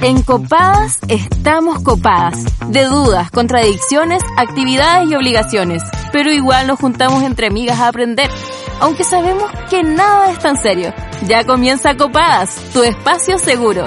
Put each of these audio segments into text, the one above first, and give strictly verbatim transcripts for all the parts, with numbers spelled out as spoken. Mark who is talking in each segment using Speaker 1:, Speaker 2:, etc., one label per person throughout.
Speaker 1: En Copadas estamos copadas, de dudas, contradicciones, actividades y obligaciones, pero igual nos juntamos entre amigas a aprender, aunque sabemos que nada es tan serio. Ya comienza Copadas, tu espacio seguro.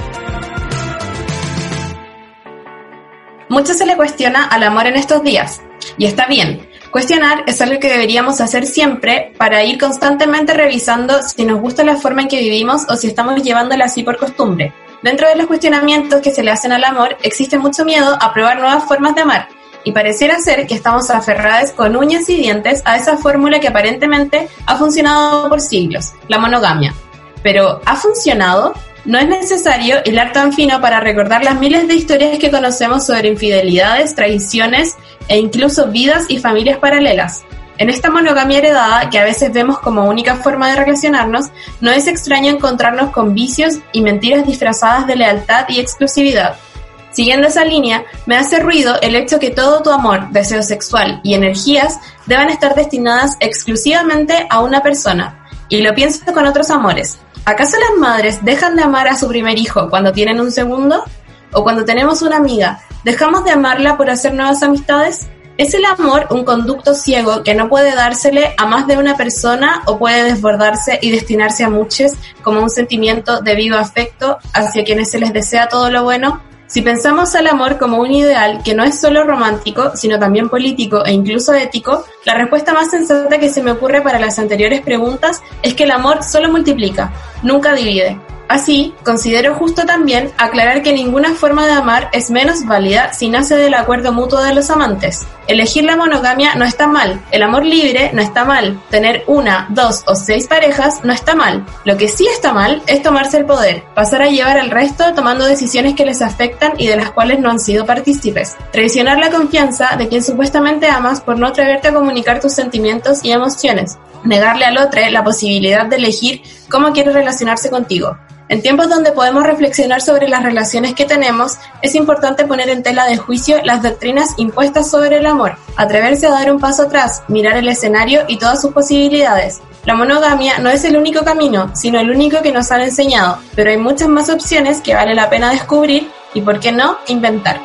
Speaker 2: Mucho se le cuestiona al amor en estos días, y está bien. Cuestionar es algo que deberíamos hacer siempre para ir constantemente revisando si nos gusta la forma en que vivimos o si estamos llevándola así por costumbre. Dentro de los cuestionamientos que se le hacen al amor, existe mucho miedo a probar nuevas formas de amar, y pareciera ser que estamos aferradas con uñas y dientes a esa fórmula que aparentemente ha funcionado por siglos, la monogamia. Pero, ¿ha funcionado? No es necesario hilar tan fino para recordar las miles de historias que conocemos sobre infidelidades, traiciones e incluso vidas y familias paralelas. En esta monogamia heredada, que a veces vemos como única forma de relacionarnos, no es extraño encontrarnos con vicios y mentiras disfrazadas de lealtad y exclusividad. Siguiendo esa línea, me hace ruido el hecho que todo tu amor, deseo sexual y energías deban estar destinadas exclusivamente a una persona. Y lo pienso con otros amores. ¿Acaso las madres dejan de amar a su primer hijo cuando tienen un segundo? ¿O cuando tenemos una amiga, dejamos de amarla por hacer nuevas amistades? ¿Es el amor un conducto ciego que no puede dársele a más de una persona o puede desbordarse y destinarse a muchos como un sentimiento de vivo afecto hacia quienes se les desea todo lo bueno? Si pensamos al amor como un ideal que no es solo romántico, sino también político e incluso ético, la respuesta más sensata que se me ocurre para las anteriores preguntas es que el amor solo multiplica, nunca divide. Así, considero justo también aclarar que ninguna forma de amar es menos válida si nace del acuerdo mutuo de los amantes. Elegir la monogamia no está mal, el amor libre no está mal, tener una, dos o seis parejas no está mal. Lo que sí está mal es tomarse el poder, pasar a llevar al resto tomando decisiones que les afectan y de las cuales no han sido partícipes. Traicionar la confianza de quien supuestamente amas por no atreverte a comunicar tus sentimientos y emociones. Negarle al otro la posibilidad de elegir cómo quiere relacionarse contigo. En tiempos donde podemos reflexionar sobre las relaciones que tenemos, es importante poner en tela de juicio las doctrinas impuestas sobre el amor, atreverse a dar un paso atrás, mirar el escenario y todas sus posibilidades. La monogamia no es el único camino, sino el único que nos han enseñado, pero hay muchas más opciones que vale la pena descubrir y, ¿por qué no?, inventar.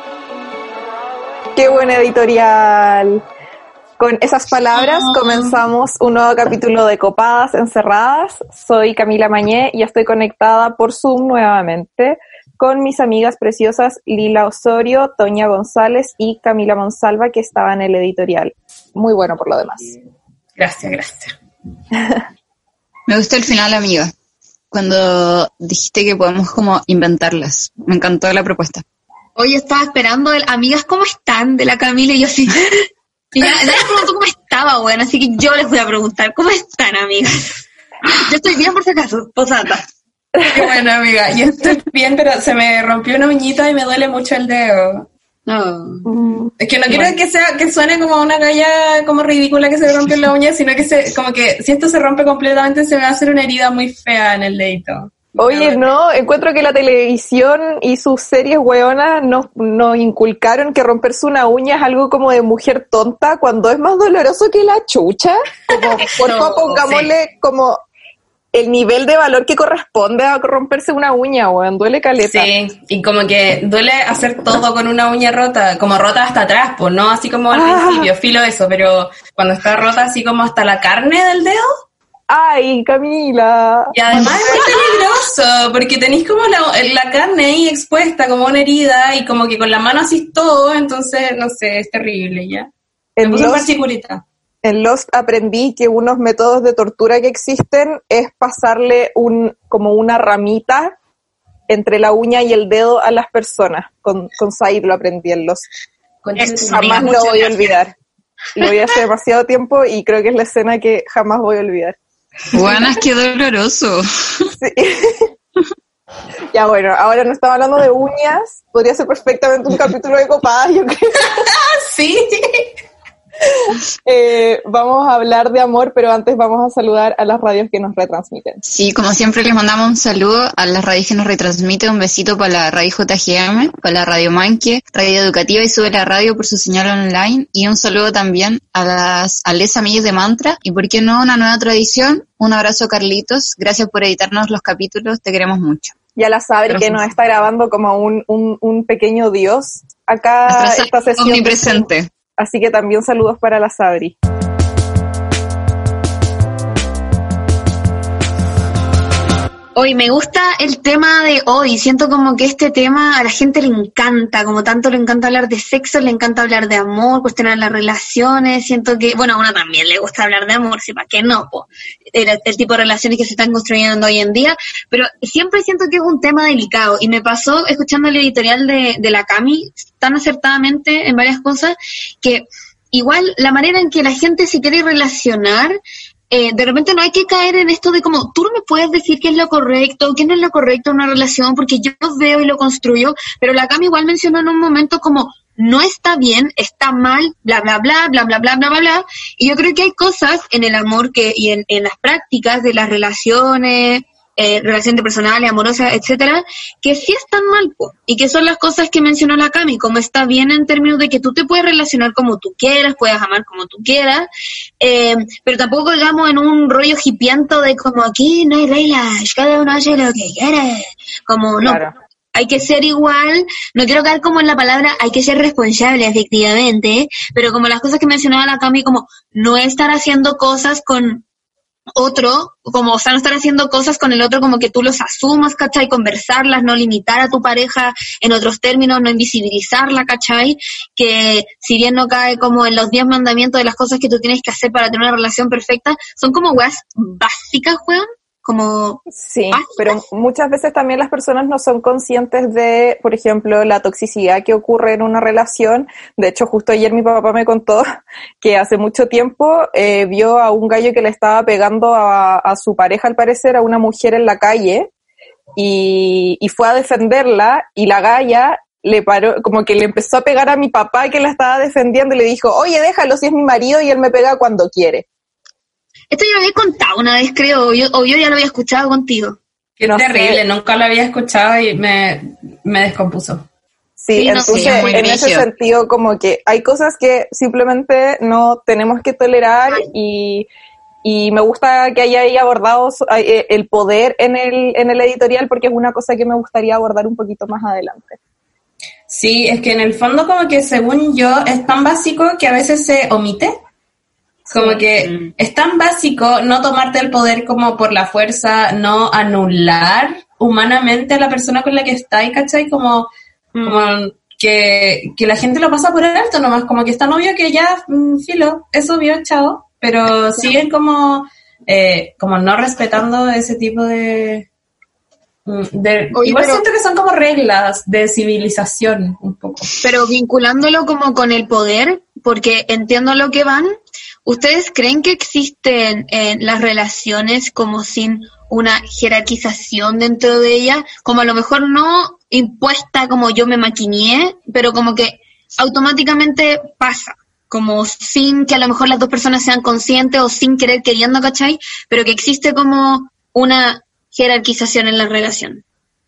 Speaker 3: ¡Qué buena editorial! Con esas palabras comenzamos un nuevo capítulo de Copadas Encerradas. Soy Camila Mañé y estoy conectada por Zoom nuevamente con mis amigas preciosas Lila Osorio, Toña González y Camila Monsalva, que estaban en el editorial. Muy bueno por lo demás.
Speaker 2: Gracias, gracias.
Speaker 4: Me gustó el final, amiga, cuando dijiste que podemos como inventarlas. Me encantó la propuesta.
Speaker 5: Hoy estaba esperando el amigas, ¿cómo están? De la Camila y yo así... Y nadie me preguntó cómo estaba, bueno, así que yo les voy a preguntar, ¿cómo están, amigas? Yo estoy bien por si acaso, posata.
Speaker 2: Qué bueno, amiga, yo estoy bien, pero se me rompió una uñita y me duele mucho el dedo.
Speaker 5: Oh.
Speaker 2: Es que no quiero bueno. que sea que suene como una galla como ridícula que se me rompió la uña, sino que se, como que si esto se rompe completamente se me va a hacer una herida muy fea en el dedito.
Speaker 3: Oye, no, encuentro que la televisión y sus series hueonas nos, nos inculcaron que romperse una uña es algo como de mujer tonta, cuando es más doloroso que la chucha. Como, por favor, pongámosle sí. como el nivel de valor que corresponde a romperse una uña, weón, duele caleta.
Speaker 2: Sí, y como que duele hacer todo con una uña rota, como rota hasta atrás, pues no así como al ah. principio, filo eso, pero cuando está rota así como hasta la carne del dedo.
Speaker 3: ¡Ay, Camila!
Speaker 2: Y además es muy peligroso, porque tenéis como la, la carne ahí expuesta como una herida y como que con la mano así todo, entonces, no sé, es terrible, ¿ya?
Speaker 3: En Lost, en Lost aprendí que unos métodos de tortura que existen es pasarle un como una ramita entre la uña y el dedo a las personas. Con, con Said lo aprendí en Lost. Jamás lo voy a olvidar. Lo vi hace demasiado tiempo y creo que es la escena que jamás voy a olvidar.
Speaker 4: Buenas, qué doloroso.
Speaker 3: Sí. Ya bueno, ahora no estamos hablando de uñas, podría ser perfectamente un capítulo de Copadas, yo creo.
Speaker 2: Sí.
Speaker 3: Eh, vamos a hablar de amor, pero antes vamos a saludar a las radios que nos retransmiten.
Speaker 4: Sí, como siempre les mandamos un saludo a las radios que nos retransmiten, un besito para la radio J G M, para la radio Manque, radio educativa y Sube la Radio por su señal online, y un saludo también a las a les amigas de Mantra, y por qué no una nueva tradición, un abrazo Carlitos, gracias por editarnos los capítulos, te queremos mucho.
Speaker 3: y a la Sabri que nos está grabando como un, un, un pequeño dios acá esta sesión.
Speaker 4: Omnipresente.
Speaker 3: Así que también saludos para la Sabri.
Speaker 5: Hoy me gusta el tema de hoy, siento como que este tema a la gente le encanta, como tanto le encanta hablar de sexo, le encanta hablar de amor, cuestionar las relaciones, siento que, bueno, a uno también le gusta hablar de amor, ¿sí? ¿Para qué no? Po? El, el tipo de relaciones que se están construyendo hoy en día, pero siempre siento que es un tema delicado, y me pasó escuchando el editorial de, de la Cami, tan acertadamente en varias cosas, que igual la manera en que la gente se quiere relacionar, Eh, de repente no hay que caer en esto de como, tú no me puedes decir qué es lo correcto, qué no es lo correcto en una relación, porque yo lo veo y lo construyo, pero la Cami igual mencionó en un momento como, no está bien, está mal, bla, bla, bla, bla, bla, bla, bla, bla, bla, y yo creo que hay cosas en el amor que y en, en las prácticas de las relaciones, eh, relaciones personales, amorosas, etcétera, que sí están mal, po, y que son las cosas que mencionó la Cami, como está bien en términos de que tú te puedes relacionar como tú quieras, puedes amar como tú quieras, eh, pero tampoco digamos en un rollo hipiento de como aquí no hay reglas, cada uno hace lo que quiere, como no, claro. Hay que ser igual, no quiero caer como en la palabra, hay que ser responsable efectivamente, pero como las cosas que mencionaba la Cami, como no estar haciendo cosas con otro, como, o sea, no estar haciendo cosas con el otro como que tú los asumas, ¿cachai? Conversarlas, no limitar a tu pareja en otros términos, no invisibilizarla, ¿cachai? Que si bien no cae como en los diez mandamientos de las cosas que tú tienes que hacer para tener una relación perfecta, son como weas básicas, weón. Como
Speaker 3: sí, básicas. Pero muchas veces también las personas no son conscientes de, por ejemplo, la toxicidad que ocurre en una relación. De hecho, justo ayer mi papá me contó que hace mucho tiempo eh, vio a un gallo que le estaba pegando a, a su pareja, al parecer, a una mujer en la calle, y, y fue a defenderla, y la galla le paró, como que le empezó a pegar a mi papá que la estaba defendiendo, y le dijo, oye, déjalo, si es mi marido y él me pega cuando quiere.
Speaker 5: Esto yo lo había contado una vez, creo, yo, o yo ya lo había escuchado contigo.
Speaker 2: Qué no terrible, sé. Nunca lo había escuchado y me, me descompuso.
Speaker 3: Sí, sí entonces no sé, en ese sentido como que hay cosas que simplemente no tenemos que tolerar y, y me gusta que haya ahí abordado el poder en el, en el editorial porque es una cosa que me gustaría abordar un poquito más adelante.
Speaker 2: Sí, es que en el fondo como que según yo es tan básico que a veces se omite. Como que mm. es tan básico no tomarte el poder como por la fuerza, no anular humanamente a la persona con la que estás, ¿cachai? Como, mm. como que, que la gente lo pasa por alto nomás, como que es tan obvio que ya, mm, filo, es obvio, chao, pero siguen como, eh, como no respetando ese tipo de... de Oye, igual pero, siento que son como reglas de civilización, un poco.
Speaker 5: Pero vinculándolo como con el poder, porque entiendo lo que van... ¿Ustedes creen que existen eh, las relaciones como sin una jerarquización dentro de ellas? Como a lo mejor no impuesta como yo me maquineé, pero como que automáticamente pasa, como sin que a lo mejor las dos personas sean conscientes o sin querer queriendo, ¿cachai? Pero que existe como una jerarquización en la relación.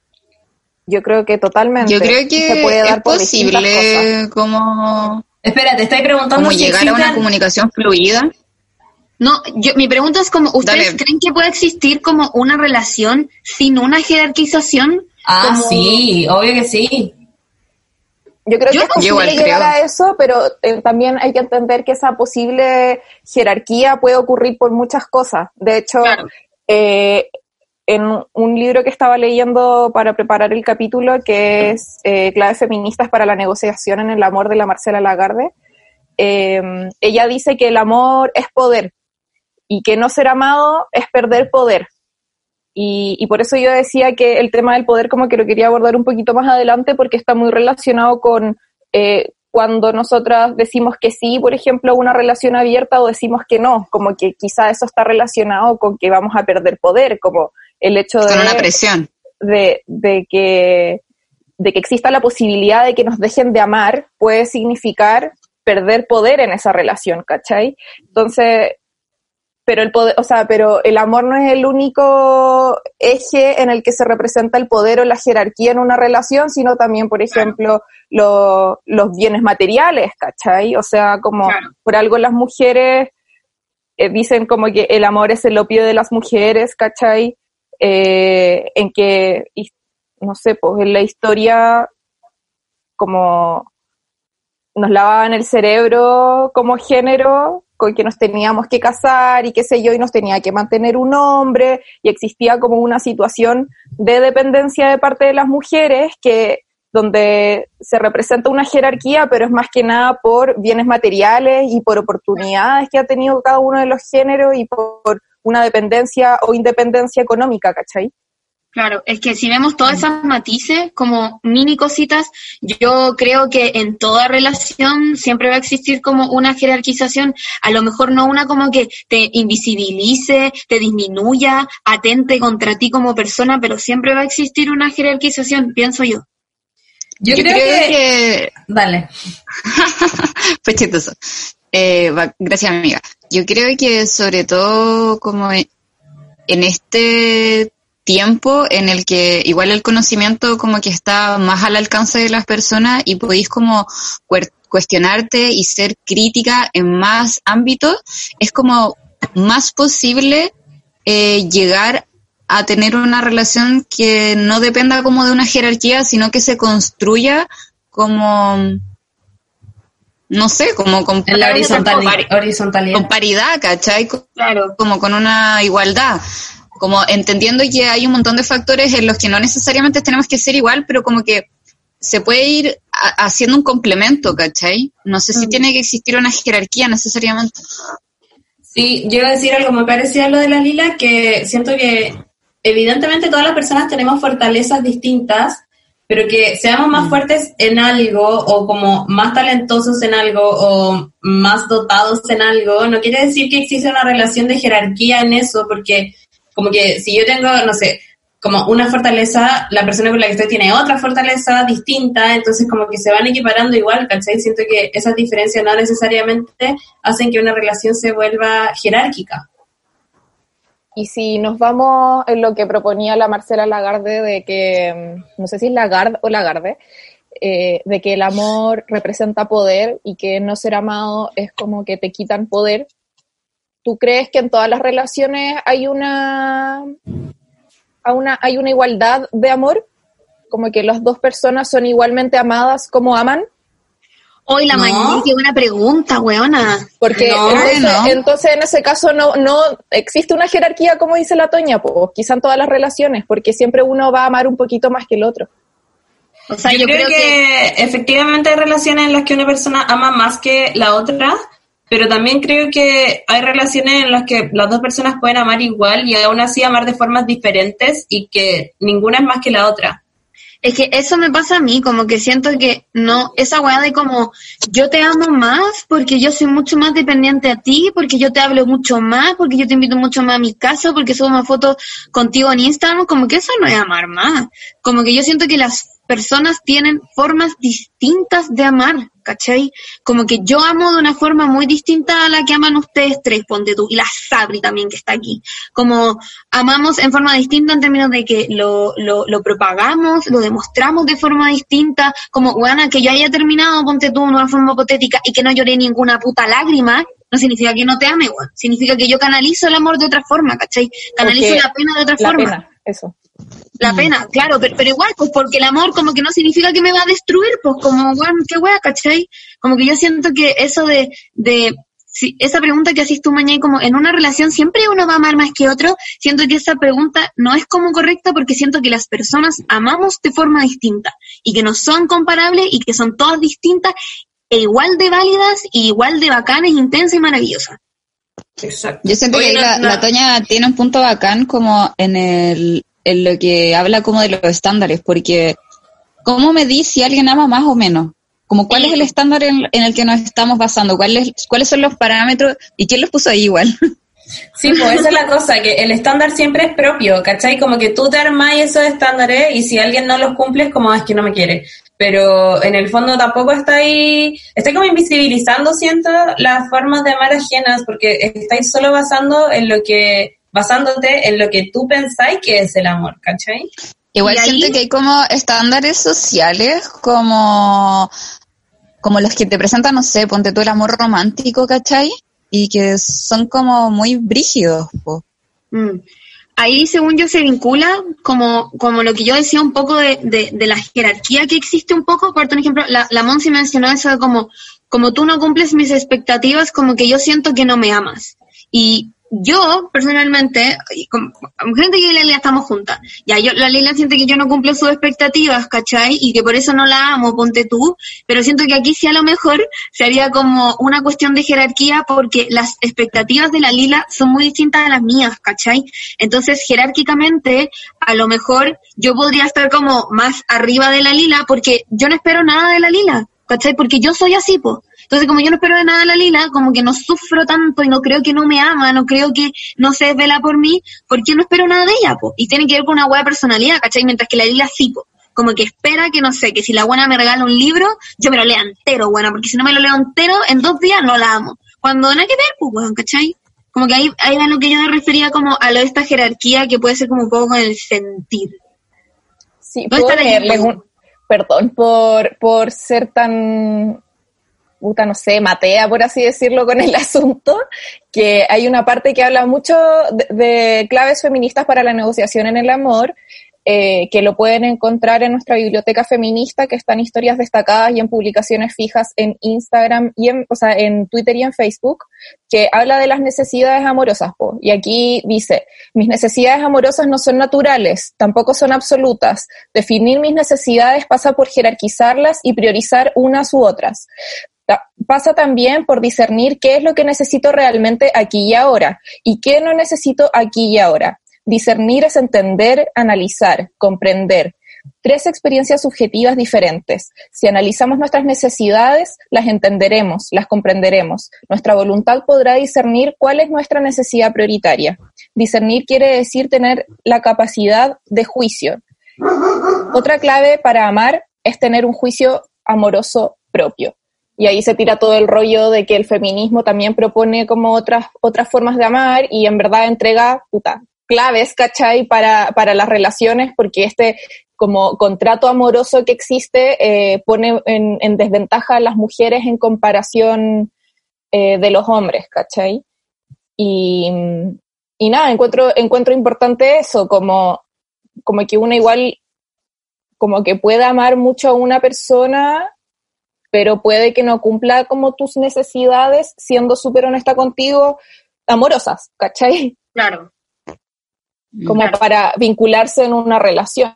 Speaker 3: Yo creo que totalmente.
Speaker 4: Yo creo que se puede dar es por posible como...
Speaker 2: Espérate, estoy preguntando
Speaker 4: ¿cómo
Speaker 2: si
Speaker 4: llegar
Speaker 2: existen...
Speaker 4: a una comunicación fluida?
Speaker 5: No, yo, mi pregunta es como, ¿ustedes Dale. creen que puede existir como una relación sin una jerarquización?
Speaker 2: Ah,
Speaker 5: como...
Speaker 2: sí, obvio que sí.
Speaker 3: Yo creo yo que es posible llegar creo. a eso, pero eh, también hay que entender que esa posible jerarquía puede ocurrir por muchas cosas. De hecho, claro. eh, en un libro que estaba leyendo para preparar el capítulo, que es eh, Claves feministas para la negociación en el amor, de la Marcela Lagarde, eh, ella dice que el amor es poder y que no ser amado es perder poder. Y, y por eso yo decía que el tema del poder como que lo quería abordar un poquito más adelante, porque está muy relacionado con eh, cuando nosotras decimos que sí, por ejemplo, a una relación abierta, o decimos que no, como que quizá eso está relacionado con que vamos a perder poder, como el hecho de,
Speaker 4: con una presión.
Speaker 3: De, de, que, de que exista la posibilidad de que nos dejen de amar puede significar perder poder en esa relación, ¿cachai? Entonces, pero el poder, o sea, pero el amor no es el único eje en el que se representa el poder o la jerarquía en una relación, sino también, por ejemplo, lo, los bienes materiales, ¿cachai? O sea, como claro. por algo las mujeres eh, dicen como que el amor es el opio de las mujeres, ¿cachai? Eh, en que no sé, pues en la historia como nos lavaban el cerebro como género, con que nos teníamos que casar y qué sé yo, y nos tenía que mantener un hombre, y existía como una situación de dependencia de parte de las mujeres, que donde se representa una jerarquía, pero es más que nada por bienes materiales y por oportunidades que ha tenido cada uno de los géneros y por una dependencia o independencia económica, ¿cachai?
Speaker 5: Claro, es que si vemos todas esas matices como mini cositas, yo creo que en toda relación siempre va a existir como una jerarquización, a lo mejor no una como que te invisibilice, te disminuya, atente contra ti como persona, pero siempre va a existir una jerarquización, pienso yo.
Speaker 2: Yo,
Speaker 4: Yo
Speaker 2: creo,
Speaker 4: creo
Speaker 2: que...
Speaker 4: que...
Speaker 2: Dale.
Speaker 4: Fue chistoso. Eh, va- gracias, amiga. Yo creo que sobre todo como en en este tiempo en el que igual el conocimiento como que está más al alcance de las personas y podéis como cuer- cuestionarte y ser crítica en más ámbitos, es como más posible eh, llegar a tener una relación que no dependa como de una jerarquía, sino que se construya como, no sé, como con,
Speaker 2: En la horizontal-
Speaker 4: pari-
Speaker 2: horizontalidad.
Speaker 4: con paridad, ¿cachai? Co-
Speaker 5: Claro.
Speaker 4: Como con una igualdad, como entendiendo que hay un montón de factores en los que no necesariamente tenemos que ser igual, pero como que se puede ir a- haciendo un complemento, ¿cachai? No sé si
Speaker 5: Mm.
Speaker 4: tiene que existir una jerarquía necesariamente.
Speaker 2: Sí, yo iba a decir algo muy parecido a lo de la Lila, que siento que evidentemente todas las personas tenemos fortalezas distintas, pero que seamos más fuertes en algo o como más talentosos en algo o más dotados en algo, no quiere decir que exista una relación de jerarquía en eso, porque como que si yo tengo, no sé, como una fortaleza, la persona con la que estoy tiene otra fortaleza distinta, entonces como que se van equiparando igual, ¿cachai? Siento que esas diferencias no necesariamente hacen que una relación se vuelva jerárquica.
Speaker 3: Y si nos vamos en lo que proponía la Marcela Lagarde, de que, no sé si es Lagarde o Lagarde, eh, de que el amor representa poder y que no ser amado es como que te quitan poder, ¿tú crees que en todas las relaciones hay una, a una, hay una igualdad de amor? Como que las dos personas son igualmente amadas como aman.
Speaker 5: Hoy la
Speaker 2: No.
Speaker 5: mañana, qué buena pregunta, weona.
Speaker 3: Porque
Speaker 2: No,
Speaker 3: entonces,
Speaker 4: no.
Speaker 3: entonces en ese caso no, no existe una jerarquía, como dice la Toña, pues quizá en todas las relaciones, porque siempre uno va a amar un poquito más que el otro.
Speaker 5: O sea,
Speaker 2: yo,
Speaker 5: yo,
Speaker 2: creo,
Speaker 5: creo,
Speaker 2: que,
Speaker 5: que...
Speaker 2: efectivamente hay relaciones en las que una persona ama más que la otra, pero también creo que hay relaciones en las que las dos personas pueden amar igual y aún así amar de formas diferentes y que ninguna es más que la otra.
Speaker 5: Es que eso me pasa a mí, como que siento que no, esa weá de como yo te amo más porque yo soy mucho más dependiente a ti, porque yo te hablo mucho más, porque yo te invito mucho más a mi casa, porque subo más fotos contigo en Instagram, como que eso no es amar más. Como que yo siento que las personas tienen formas distintas de amar, ¿cachai? Como que yo amo de una forma muy distinta a la que aman ustedes tres, ponte tú, y la Sabri también que está aquí. Como amamos en forma distinta en términos de que lo, lo, lo propagamos, lo demostramos de forma distinta, como, bueno, que yo haya terminado, ponte tú, de una forma hipotética, y que no lloré ninguna puta lágrima, no significa que no te ame, weón. Significa que yo canalizo el amor de otra forma, ¿cachai? Canalizo
Speaker 3: Porque
Speaker 5: la pena de otra
Speaker 3: la
Speaker 5: forma.
Speaker 3: pena, eso.
Speaker 5: La pena, claro, pero, pero igual, pues porque el amor como que no significa que me va a destruir, pues como, bueno, qué wea, ¿cachai? Como que yo siento que eso de, de si, esa pregunta que haces tú, Mañay, como en una relación siempre uno va a amar más que otro, siento que esa pregunta no es como correcta porque siento que las personas amamos de forma distinta y que no son comparables y que son todas distintas e igual de válidas y igual de bacanas, intensas y maravillosas.
Speaker 2: Exacto.
Speaker 4: Yo siento
Speaker 2: Oye,
Speaker 4: que ahí
Speaker 2: no,
Speaker 4: la,
Speaker 2: no.
Speaker 4: la Toña tiene un punto bacán como en el en lo que habla como de los estándares, porque ¿cómo medís si alguien ama más o menos? Como ¿cuál es el estándar en, en el que nos estamos basando? ¿Cuáles, cuáles son los parámetros? ¿Y quién los puso ahí igual?
Speaker 2: Sí, pues esa es la cosa, que el estándar siempre es propio, ¿cachai? Como que tú te armás esos estándares y si alguien no los cumple es como, "Ah, es que no me quiere". Pero en el fondo tampoco está ahí, está como invisibilizando, siento, las formas de amar ajenas, porque estáis solo basando en lo que, basándote en lo que tú pensáis que es el amor, ¿cachai?
Speaker 4: Igual
Speaker 5: ¿Y ahí?
Speaker 4: siento que hay como estándares sociales como, como los que te presentan, no sé, ponte tú el amor romántico, ¿cachai? Y que son como muy brígidos, po.
Speaker 5: Mm. ahí, según yo, se vincula como, como lo que yo decía un poco de, de, de la jerarquía que existe un poco. Por ejemplo, la, la Monsi mencionó eso de como, como tú no cumples mis expectativas, como que yo siento que no me amas. Y yo, personalmente, con, con gente que y la Lila estamos juntas, ya yo, la Lila siente que yo no cumplo sus expectativas, ¿cachai? Y que por eso no la amo, ponte tú, pero siento que aquí sí a lo mejor sería como una cuestión de jerarquía, porque las expectativas de la Lila son muy distintas a las mías, ¿cachai? Entonces, jerárquicamente, a lo mejor yo podría estar como más arriba de la Lila, porque yo no espero nada de la Lila, ¿cachai? Porque yo soy así, po. Entonces, como yo no espero de nada de la Lila, como que no sufro tanto y no creo que no me ama, no creo que no se desvela por mí, porque no espero nada de ella, po. Y tiene que ver con una hueá personalidad, ¿cachai? Mientras que la Lila sí, po. Como que espera que, no sé, que si la buena me regala un libro, yo me lo lea entero, buena, porque si no me lo leo entero, en dos días no la amo. Cuando nada que ver, pues, weón, ¿cachai? Como que ahí, ahí va lo que yo me refería como a lo de esta jerarquía que puede ser como un poco con el sentir.
Speaker 3: Sí, puedo leerles un... Perdón por, por ser tan... puta, no sé, matea, por así decirlo, con el asunto, que hay una parte que habla mucho de, de claves feministas para la negociación en el amor, eh, que lo pueden encontrar en nuestra biblioteca feminista, que están historias destacadas y en publicaciones fijas en Instagram, y en, o sea, en Twitter y en Facebook, que habla de las necesidades amorosas, po. Y aquí dice, mis necesidades amorosas no son naturales, tampoco son absolutas. Definir mis necesidades pasa por jerarquizarlas y priorizar unas u otras. Pasa también por discernir qué es lo que necesito realmente aquí y ahora y qué no necesito aquí y ahora. Discernir es entender, analizar, comprender. Tres experiencias subjetivas diferentes. Si analizamos nuestras necesidades, las entenderemos, las comprenderemos. Nuestra voluntad podrá discernir cuál es nuestra necesidad prioritaria. Discernir quiere decir tener la capacidad de juicio. Otra clave para amar es tener un juicio amoroso propio. Y ahí se tira todo el rollo de que el feminismo también propone como otras otras formas de amar y en verdad entrega, puta, claves, ¿cachai? Para, para las relaciones, porque este como contrato amoroso que existe eh, pone en, en desventaja a las mujeres en comparación eh, de los hombres, ¿cachai? Y, y nada, encuentro, encuentro importante eso, como, como que uno igual, como que pueda amar mucho a una persona, pero puede que no cumpla como tus necesidades, siendo súper honesta contigo, amorosas, ¿cachai?
Speaker 5: Claro.
Speaker 3: Como
Speaker 5: claro.
Speaker 3: Para vincularse en una relación.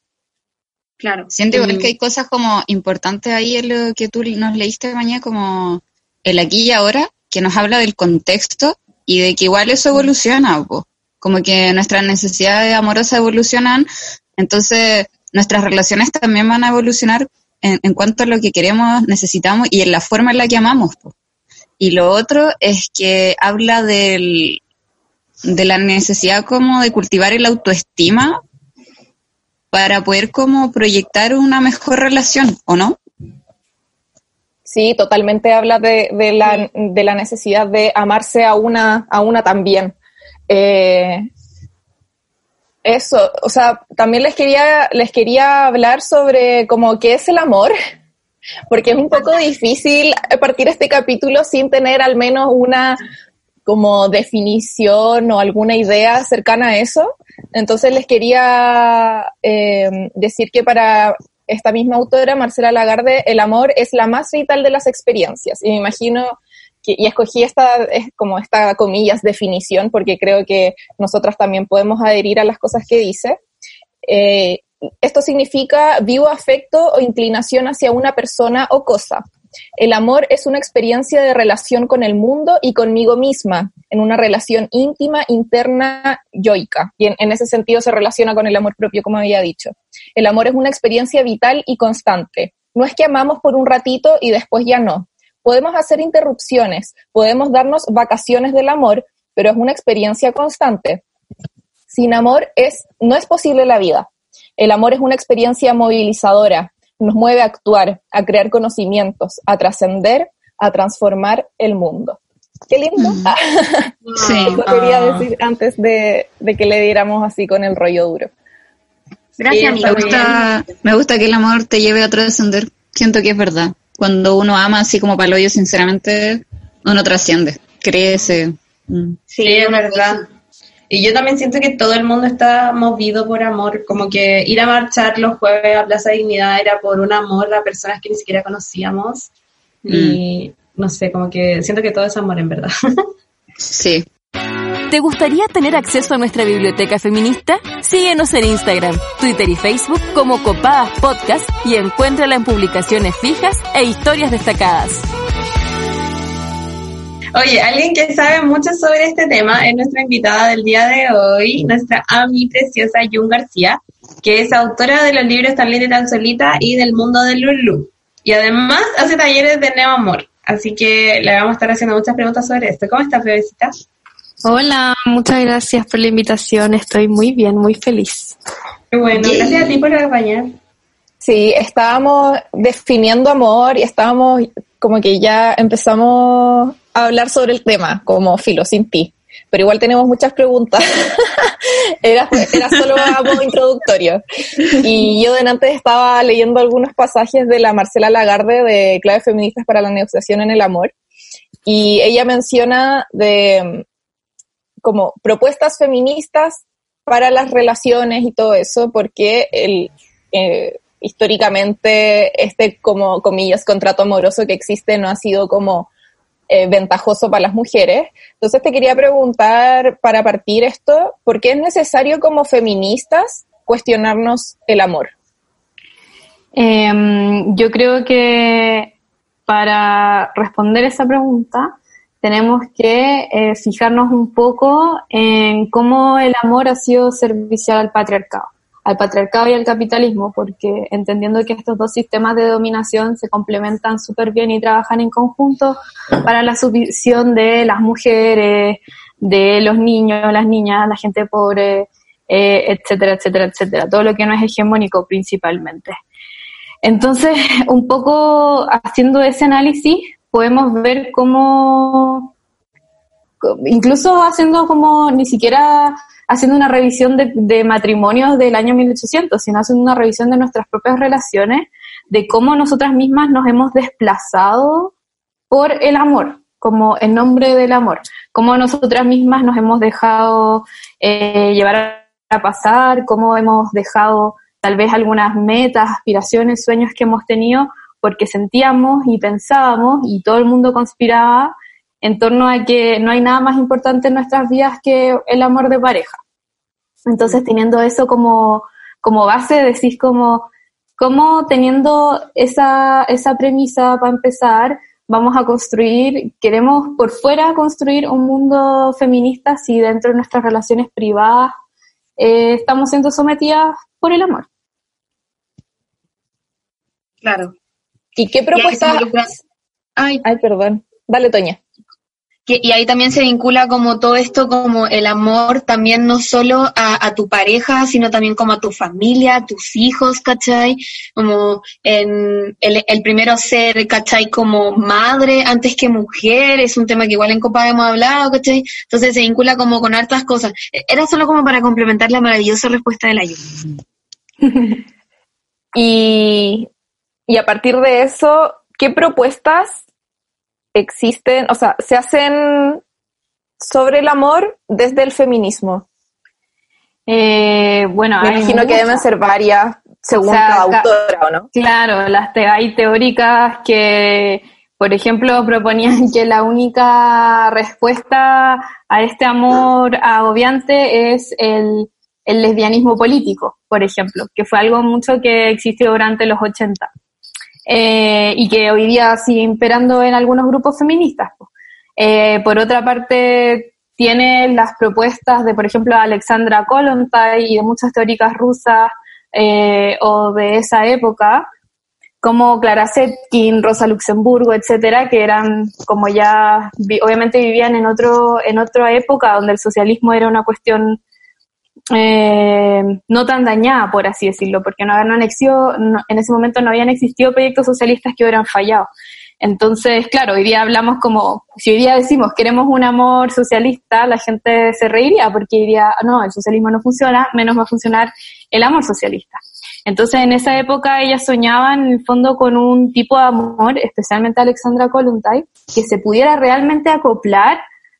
Speaker 5: Claro.
Speaker 4: Siento igual mm. que hay cosas como importantes ahí en lo que tú nos leíste mañana, como el aquí y ahora, que nos habla del contexto y de que igual eso evoluciona, po. Como que nuestras necesidades amorosas evolucionan, entonces nuestras relaciones también van a evolucionar En, en cuanto a lo que queremos, necesitamos y en la forma en la que amamos, po. Y lo otro es que habla del, de la necesidad como de cultivar el autoestima para poder como proyectar una mejor relación, ¿o no?
Speaker 3: Sí, totalmente habla de, de, la, de la necesidad de amarse a una, a una también. Eh, Eso, o sea, también les quería, les quería hablar sobre como qué es el amor, porque es un poco difícil partir este capítulo sin tener al menos una como definición o alguna idea cercana a eso. Entonces les quería eh, decir que para esta misma autora, Marcela Lagarde, el amor es la más vital de las experiencias. Y me imagino que, y escogí esta, es como esta comillas definición, porque creo que nosotras también podemos adherir a las cosas que dice. Eh, esto significa vivo afecto o inclinación hacia una persona o cosa. El amor es una experiencia de relación con el mundo y conmigo misma, en una relación íntima, interna, yoica. Y en, en ese sentido se relaciona con el amor propio, como había dicho. El amor es una experiencia vital y constante. No es que amamos por un ratito y después ya no. Podemos hacer interrupciones, podemos darnos vacaciones del amor, pero es una experiencia constante. Sin amor es, no es posible la vida. El amor es una experiencia movilizadora. Nos mueve a actuar, a crear conocimientos, a trascender, a transformar el mundo. ¡Qué lindo! Mm. Sí. Lo quería decir antes de, de que le diéramos así con el rollo duro.
Speaker 4: Gracias, amiga. Me gusta, me gusta que el amor te lleve a trascender. Siento que es verdad. Cuando uno ama así como pa'l hoyo, sinceramente, uno trasciende, crece.
Speaker 5: Sí, es verdad.
Speaker 2: Y yo también siento que todo el mundo está movido por amor, como que ir a marchar los jueves a Plaza Dignidad era por un amor a personas que ni siquiera conocíamos. Mm. Y no sé, como que siento que todo es amor en verdad.
Speaker 4: Sí.
Speaker 1: ¿Te gustaría tener acceso a nuestra biblioteca feminista? Síguenos en Instagram, Twitter y Facebook como Copadas Podcast y encuéntrala en publicaciones fijas e historias destacadas.
Speaker 2: Oye, alguien que sabe mucho sobre este tema es nuestra invitada del día de hoy, nuestra ami preciosa Jun García, que es autora de los libros Tan linda y tan solita y del mundo de Lulú. Y además hace talleres de neoamor. Así que le vamos a estar haciendo muchas preguntas sobre esto. ¿Cómo estás, bebecita?
Speaker 6: Hola, muchas gracias por la invitación. Estoy muy bien, muy feliz.
Speaker 2: Qué bueno, gracias a ti por acompañar.
Speaker 3: Sí, estábamos definiendo amor y estábamos como que ya empezamos a hablar sobre el tema, como filo, sin ti. Pero igual tenemos muchas preguntas. era, era solo a modo introductorio. Y yo de antes estaba leyendo algunos pasajes de la Marcela Lagarde de Claves Feministas para la Negociación en el Amor. Y ella menciona de como propuestas feministas para las relaciones y todo eso, porque el, eh, históricamente este, como comillas, contrato amoroso que existe no ha sido como eh, ventajoso para las mujeres. Entonces te quería preguntar, para partir esto, ¿por qué es necesario como feministas cuestionarnos el amor?
Speaker 6: Eh, yo creo que para responder esa pregunta tenemos que eh, fijarnos un poco en cómo el amor ha sido servicial al patriarcado, al patriarcado y al capitalismo, porque entendiendo que estos dos sistemas de dominación se complementan súper bien y trabajan en conjunto para la subvisión de las mujeres, de los niños, las niñas, la gente pobre, eh, etcétera, etcétera, etcétera, todo lo que no es hegemónico principalmente. Entonces, un poco haciendo ese análisis, podemos ver cómo, incluso haciendo como, ni siquiera haciendo una revisión de, de matrimonios del año mil ochocientos, sino haciendo una revisión de nuestras propias relaciones, de cómo nosotras mismas nos hemos desplazado por el amor, como en nombre del amor, cómo nosotras mismas nos hemos dejado eh, llevar a pasar, cómo hemos dejado tal vez algunas metas, aspiraciones, sueños que hemos tenido, porque sentíamos y pensábamos y todo el mundo conspiraba en torno a que no hay nada más importante en nuestras vidas que el amor de pareja. Entonces, teniendo eso como, como base, decís como, como teniendo esa, esa premisa para empezar, vamos a construir, queremos por fuera construir un mundo feminista si dentro de nuestras relaciones privadas eh, estamos siendo sometidas por el amor.
Speaker 5: Claro.
Speaker 3: ¿Y qué propuestas?
Speaker 5: Ay,
Speaker 3: Ay, perdón. Dale, Toña.
Speaker 5: Que, y ahí también se vincula como todo esto, como el amor también no solo a, a tu pareja, sino también como a tu familia, a tus hijos, ¿cachai? Como en el, el primero ser, ¿cachai? Como madre antes que mujer, es un tema que igual en Copa hemos hablado, ¿cachai? Entonces se vincula como con hartas cosas. Era solo como para complementar la maravillosa respuesta de la Yu.
Speaker 3: y, y a partir de eso, ¿qué propuestas existen, o sea, se hacen sobre el amor desde el feminismo?
Speaker 6: Eh, bueno,
Speaker 3: me imagino muchas que deben ser varias según o sea, cada autora, ¿o no?
Speaker 6: Claro, las te- hay teóricas que, por ejemplo, proponían que la única respuesta a este amor agobiante es el, el lesbianismo político, por ejemplo, que fue algo mucho que existió durante los ochenta. Eh, y que hoy día sigue imperando en algunos grupos feministas. Eh, por otra parte, tiene las propuestas de, por ejemplo, Alexandra Kollontai y de muchas teóricas rusas eh, o de esa época, como Clara Zetkin, Rosa Luxemburgo, etcétera, que eran como ya, vi, obviamente vivían en otro en otra época donde el socialismo era una cuestión Eh, no tan dañada, por así decirlo, porque no, no existió, no, en ese momento no habían existido proyectos socialistas que hubieran fallado. Entonces, claro, hoy día hablamos como, si hoy día decimos queremos un amor socialista, la gente se reiría porque diría, no, el socialismo no funciona, menos va a funcionar el amor socialista. Entonces, en esa época ellas soñaban en el fondo con un tipo de amor, especialmente Alexandra Kollontai, que se pudiera realmente acoplar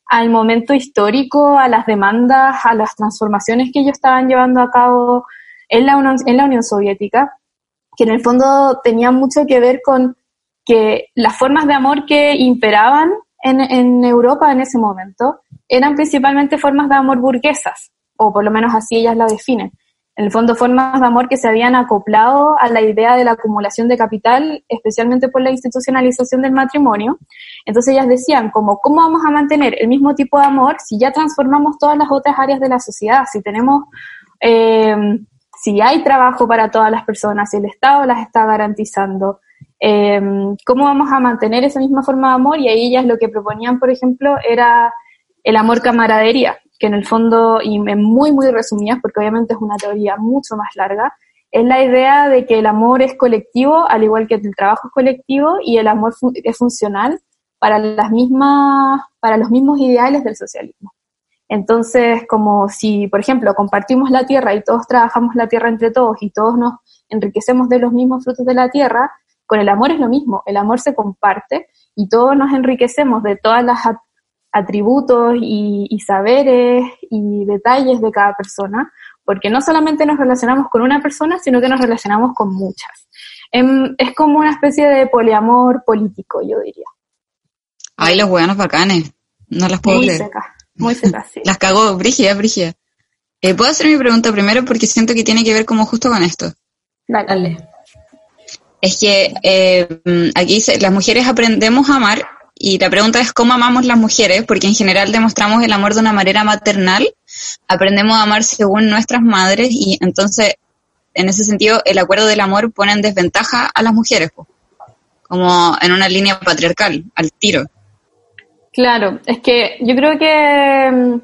Speaker 6: al momento histórico, a las demandas, a las transformaciones que ellos estaban llevando a cabo en la, en la Unión Soviética, que en el fondo tenían mucho que ver con que las formas de amor que imperaban en, en Europa en ese momento eran principalmente formas de amor burguesas, o por lo menos así ellas la definen. En el fondo, formas de amor que se habían acoplado a la idea de la acumulación de capital, especialmente por la institucionalización del matrimonio. Entonces ellas decían, como, ¿cómo vamos a mantener el mismo tipo de amor si ya transformamos todas las otras áreas de la sociedad? Si tenemos, eh, si hay trabajo para todas las personas, si el Estado las está garantizando, eh, ¿cómo vamos a mantener esa misma forma de amor? Y ahí ellas lo que proponían, por ejemplo, era el amor camaradería, que en el fondo, y en muy, muy resumidas, porque obviamente es una teoría mucho más larga, es la idea de que el amor es colectivo, al igual que el trabajo es colectivo, y el amor fu- es funcional para las mismas, para los mismos ideales del socialismo. Entonces, como si, por ejemplo, compartimos la tierra y todos trabajamos la tierra entre todos y todos nos enriquecemos de los mismos frutos de la tierra, con el amor es lo mismo, el amor se comparte y todos nos enriquecemos de todas las atributos y, y saberes y detalles de cada persona, porque no solamente nos relacionamos con una persona, sino que nos relacionamos con muchas. Em, es como una especie de poliamor político, yo diría.
Speaker 4: Ay, los hueonos bacanes, no las puedo
Speaker 6: Muy
Speaker 4: creer.
Speaker 6: seca, muy seca, sí.
Speaker 4: Las cagó, brígida, brígida. Eh, ¿Puedo hacer mi pregunta primero? Porque siento que tiene que ver como justo con esto.
Speaker 6: Dale.
Speaker 2: Dale.
Speaker 4: Es que eh, aquí dice, las mujeres aprendemos a amar. Y la pregunta es cómo amamos las mujeres, porque en general demostramos el amor de una manera maternal, aprendemos a amar según nuestras madres, y entonces, en ese sentido, el acuerdo del amor pone en desventaja a las mujeres, pues, como en una línea patriarcal, al tiro.
Speaker 6: Claro, es que yo creo que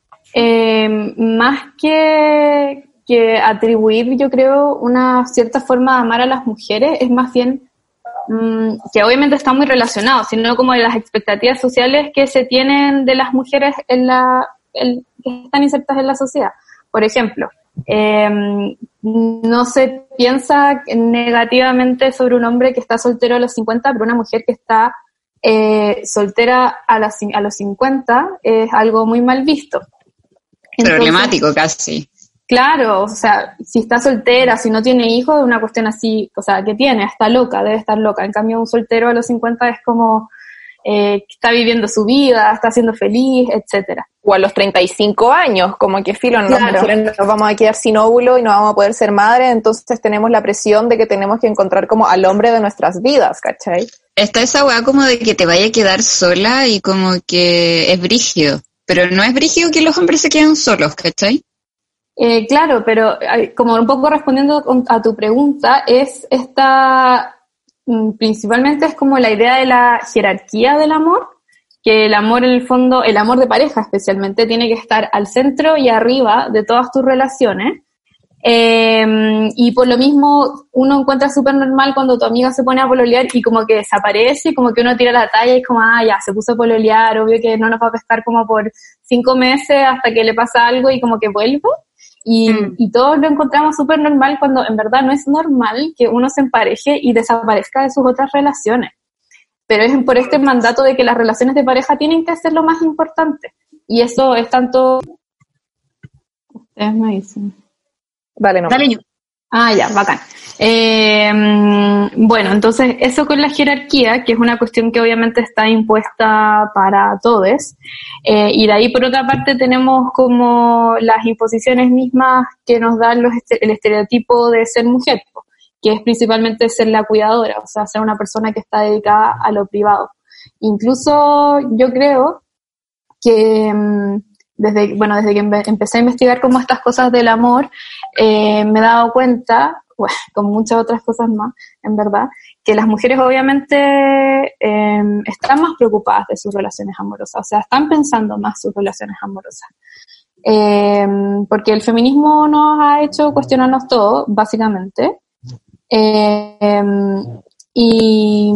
Speaker 6: eh, más que, que atribuir, yo creo, una cierta forma de amar a las mujeres, es más bien que obviamente está muy relacionado, sino como de las expectativas sociales que se tienen de las mujeres en la, en, que están insertas en la sociedad. Por ejemplo, eh, no se piensa negativamente sobre un hombre que está soltero a los cincuenta, pero una mujer que está eh, soltera a, las, a los cincuenta es algo muy mal visto. Entonces,
Speaker 4: problemático casi.
Speaker 6: Claro, o sea, si está soltera, si no tiene hijos, es una cuestión así, o sea, ¿qué tiene? Está loca, debe estar loca. En cambio, un soltero a los cincuenta es como eh, que está viviendo su vida, está siendo feliz, etcétera.
Speaker 3: O a los treinta y cinco años, como que filo,
Speaker 6: Claro.
Speaker 3: las mujeres nos vamos a quedar sin óvulo y no vamos a poder ser madres, entonces tenemos la presión de que tenemos que encontrar como al hombre de nuestras vidas, ¿cachai?
Speaker 4: Está esa weá como de que te vaya a quedar sola y como que es brígido, pero no es brígido que los hombres se queden solos, ¿cachai?
Speaker 6: Eh, claro, pero como un poco respondiendo a tu pregunta, es esta, principalmente es como la idea de la jerarquía del amor, que el amor en el fondo, el amor de pareja especialmente, tiene que estar al centro y arriba de todas tus relaciones, eh, y por lo mismo uno encuentra súper normal cuando tu amiga se pone a pololear y como que desaparece, y como que uno tira la talla y es como, ah, ya, se puso a pololear, obvio que no nos va a pescar como por cinco meses hasta que le pasa algo y como que vuelve. Y, mm. y todos lo encontramos súper normal cuando en verdad no es normal que uno se empareje y desaparezca de sus otras relaciones. Pero es por este mandato de que las relaciones de pareja tienen que ser lo más importante. Y eso es tanto... Ustedes me dicen.
Speaker 3: Dale, no.
Speaker 5: Dale yo.
Speaker 6: Ah, ya, bacán. Eh, bueno, entonces eso con la jerarquía, que es una cuestión que obviamente está impuesta para todos, eh, y de ahí por otra parte tenemos como las imposiciones mismas que nos dan los este- el estereotipo de ser mujer, que es principalmente ser la cuidadora, o sea, ser una persona que está dedicada a lo privado. Incluso yo creo que... Desde, bueno, desde que empecé a investigar como estas cosas del amor, eh, me he dado cuenta, bueno, con muchas otras cosas más, en verdad, que las mujeres obviamente eh, están más preocupadas de sus relaciones amorosas, o sea, están pensando más sus relaciones amorosas. Eh, porque el feminismo nos ha hecho cuestionarnos todo, básicamente. Eh, y...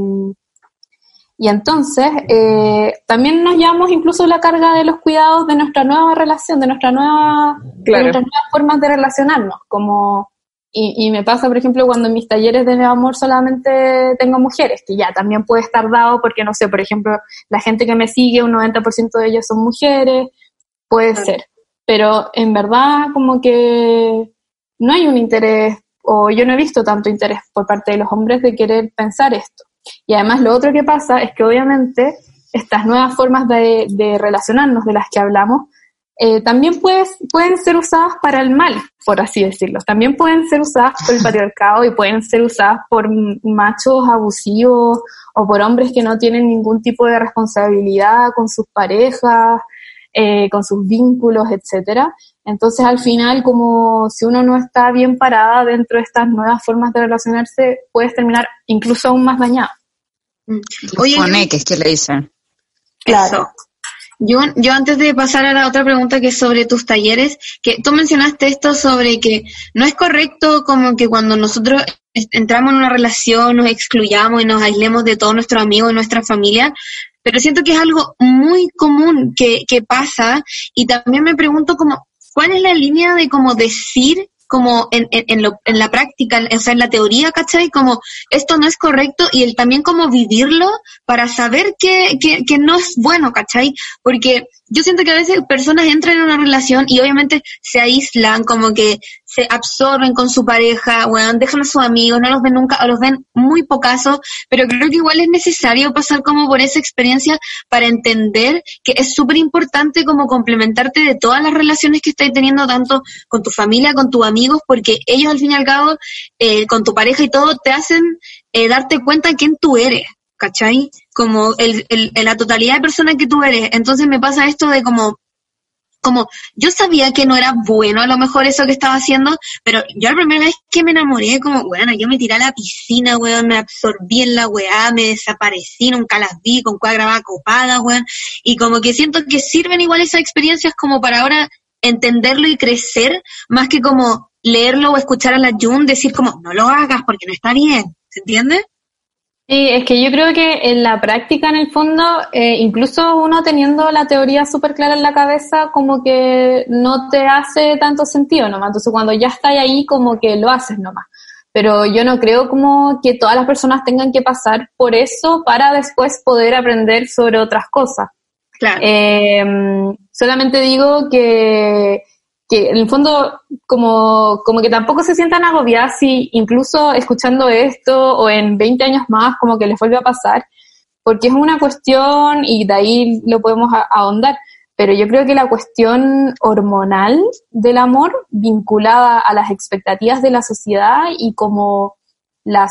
Speaker 6: Y entonces, eh, también nos llevamos incluso la carga de los cuidados de nuestra nueva relación, de, nuestra nueva,
Speaker 3: Claro.
Speaker 6: de nuestras nuevas formas de relacionarnos, como Y, y me pasa, por ejemplo, cuando en mis talleres de amor solamente tengo mujeres, que ya también puede estar dado porque, no sé, por ejemplo, la gente que me sigue, un noventa por ciento de ellos son mujeres, puede
Speaker 5: Claro.
Speaker 6: ser. Pero en verdad como que no hay un interés, o yo no he visto tanto interés por parte de los hombres de querer pensar esto. Y además lo otro que pasa es que obviamente estas nuevas formas de, de relacionarnos de las que hablamos, eh, también puedes, pueden ser usadas para el mal, por así decirlo. También pueden ser usadas por el patriarcado y pueden ser usadas por machos abusivos o por hombres que no tienen ningún tipo de responsabilidad con sus parejas, eh, con sus vínculos, etcétera. Entonces, al final, como si uno no está bien parada dentro de estas nuevas formas de relacionarse, puedes terminar incluso aún más dañado.
Speaker 5: Oye,
Speaker 4: Los foneques, que le dicen.
Speaker 5: Eso. Yo, yo antes de pasar a la otra pregunta que es sobre tus talleres, que tú mencionaste esto sobre que no es correcto como que cuando nosotros entramos en una relación nos excluyamos y nos aislemos de todos nuestros amigos y nuestra familia, pero siento que es algo muy común que, que pasa, y también me pregunto como, ¿cuál es la línea de como decir como en, en, en, lo, en la práctica, o sea, en la teoría, ¿cachai? Como esto no es correcto, y el también como vivirlo para saber que, que, que no es bueno, ¿cachai? Porque yo siento que a veces personas entran en una relación y obviamente se aíslan, como que se absorben con su pareja, bueno, dejan a sus amigos, no los ven nunca, o los ven muy pocaso, pero creo que igual es necesario pasar como por esa experiencia para entender que es súper importante como complementarte de todas las relaciones que estás teniendo, tanto con tu familia, con tus amigos, porque ellos al fin y al cabo, eh, con tu pareja y todo, te hacen eh, darte cuenta de quién tú eres, ¿cachai? Como el, el, la totalidad de persona que tú eres. Entonces me pasa esto de como, como, yo sabía que no era bueno a lo mejor eso que estaba haciendo, pero yo la primera vez que me enamoré, como, bueno, yo me tiré a la piscina, weón, me absorbí en la weá, me desaparecí, nunca las vi, con cuál grababa copada, weón, y como que siento que sirven igual esas experiencias como para ahora entenderlo y crecer, más que como leerlo o escuchar a la Jun decir como, no lo hagas porque no está bien, ¿se entiende?
Speaker 6: Sí, es que yo creo que en la práctica, en el fondo, eh, incluso uno teniendo la teoría súper clara en la cabeza, como que no te hace tanto sentido nomás. Entonces, cuando ya estás ahí, como que lo haces nomás. Pero yo no creo como que todas las personas tengan que pasar por eso para después poder aprender sobre otras cosas.
Speaker 5: Claro.
Speaker 6: Eh, solamente digo que... que en el fondo como, como que tampoco se sientan agobiadas si incluso escuchando esto o en veinte años más como que les vuelve a pasar, porque es una cuestión, y de ahí lo podemos a- ahondar, pero yo creo que la cuestión hormonal del amor vinculada a las expectativas de la sociedad y como la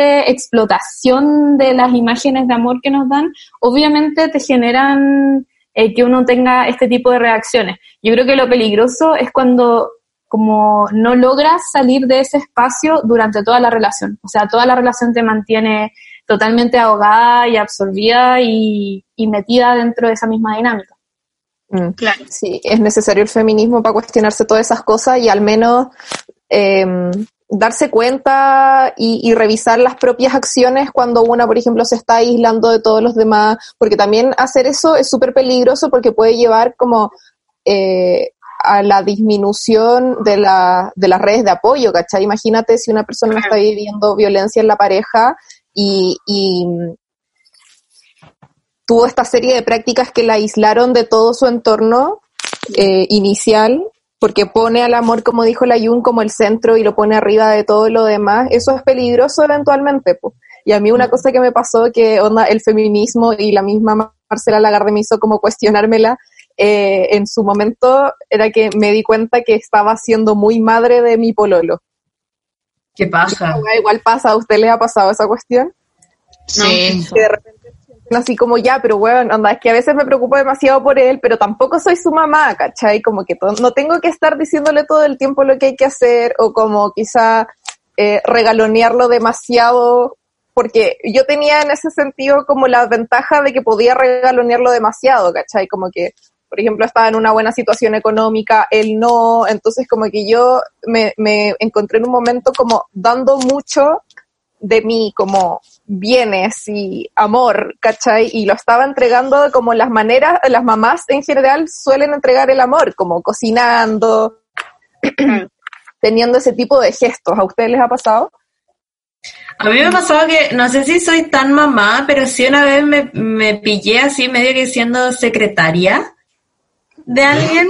Speaker 6: sobreexplotación de las imágenes de amor que nos dan, obviamente te generan Eh, que uno tenga este tipo de reacciones. Yo creo que lo peligroso es cuando como no logras salir de ese espacio durante toda la relación. O sea, toda la relación te mantiene totalmente ahogada y absorbida y, y metida dentro de esa misma dinámica.
Speaker 3: Mm.
Speaker 5: Claro.
Speaker 3: Sí, es necesario el feminismo para cuestionarse todas esas cosas y al menos eh, darse cuenta y, y revisar las propias acciones cuando una, por ejemplo, se está aislando de todos los demás, porque también hacer eso es súper peligroso porque puede llevar como eh, a la disminución de, la, de las redes de apoyo, ¿cachai? Imagínate si una persona está viviendo violencia en la pareja y, y tuvo esta serie de prácticas que la aislaron de todo su entorno eh, inicial, porque pone al amor, como dijo la Jun, como el centro y lo pone arriba de todo lo demás. Eso es peligroso eventualmente, pues. Y a mí una cosa que me pasó, que onda el feminismo y la misma Marcela Lagarde me hizo como cuestionármela, eh, en su momento, era que me di cuenta que estaba siendo muy madre de mi pololo.
Speaker 2: Qué paja.
Speaker 3: Igual pasa, ¿a usted les ha pasado esa cuestión?
Speaker 4: Sí.
Speaker 3: Que de repente sienten así como ya, pero bueno, onda, es que a veces me preocupo demasiado por él, pero tampoco soy su mamá, ¿cachai? Como que to- no tengo que estar diciéndole todo el tiempo lo que hay que hacer, o como quizá eh, regalonearlo demasiado, porque yo tenía en ese sentido como la ventaja de que podía regalonearlo demasiado, ¿cachai? Como que, por ejemplo, estaba en una buena situación económica, él no, entonces como que yo me, me encontré en un momento como dando mucho de mí, como bienes y amor, ¿cachai? Y lo estaba entregando como las maneras, las mamás en general suelen entregar el amor, como cocinando, teniendo ese tipo de gestos. ¿A ustedes les ha pasado?
Speaker 2: A mí me ha pasado que, no sé si soy tan mamá, pero sí una vez me, me pillé así medio que siendo secretaria de alguien.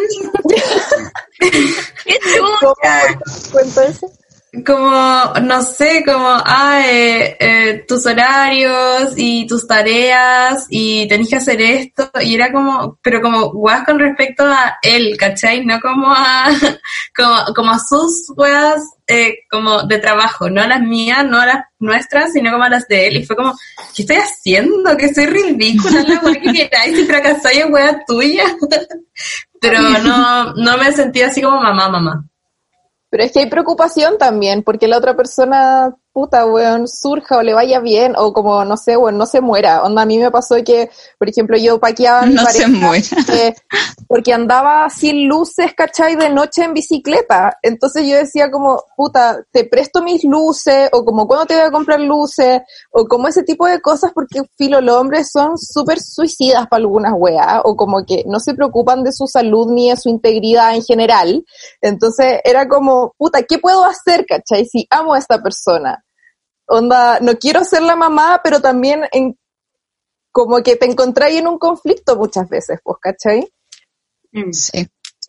Speaker 5: ¡Qué chucha!
Speaker 3: ¿Cuenta eso?
Speaker 2: Como, no sé, como, ah, eh, eh, tus horarios y tus tareas y tenés que hacer esto, y era como, pero como guas con respecto a él, ¿cachai? No como a, como, como a sus weas, eh, como de trabajo, no a las mías, no a las nuestras, sino como a las de él, y fue como, ¿qué estoy haciendo? Que soy ridícula, la wea que queráis, si fracasáis es wea tuya. Pero no, no me sentí así como mamá, mamá.
Speaker 3: Pero es que hay preocupación también, porque la otra persona, puta, weón, surja o le vaya bien, o como, no sé, weón, no se muera. Onda, a mí me pasó que, por ejemplo, yo paqueaba a mi
Speaker 4: No
Speaker 3: pareja,
Speaker 4: se muera.
Speaker 3: eh, porque andaba sin luces, ¿cachai? De noche en bicicleta. Entonces yo decía como, puta, te presto mis luces, o como, ¿cuándo te voy a comprar luces? O como ese tipo de cosas, porque, filo, los hombres son súper suicidas para algunas weas, o como que no se preocupan de su salud ni de su integridad en general. Entonces era como, puta, ¿qué puedo hacer, cachai? Si amo a esta persona. Onda, no quiero ser la mamá, pero también en, como que te encontráis en un conflicto muchas veces, pues, ¿cachai?
Speaker 4: Sí.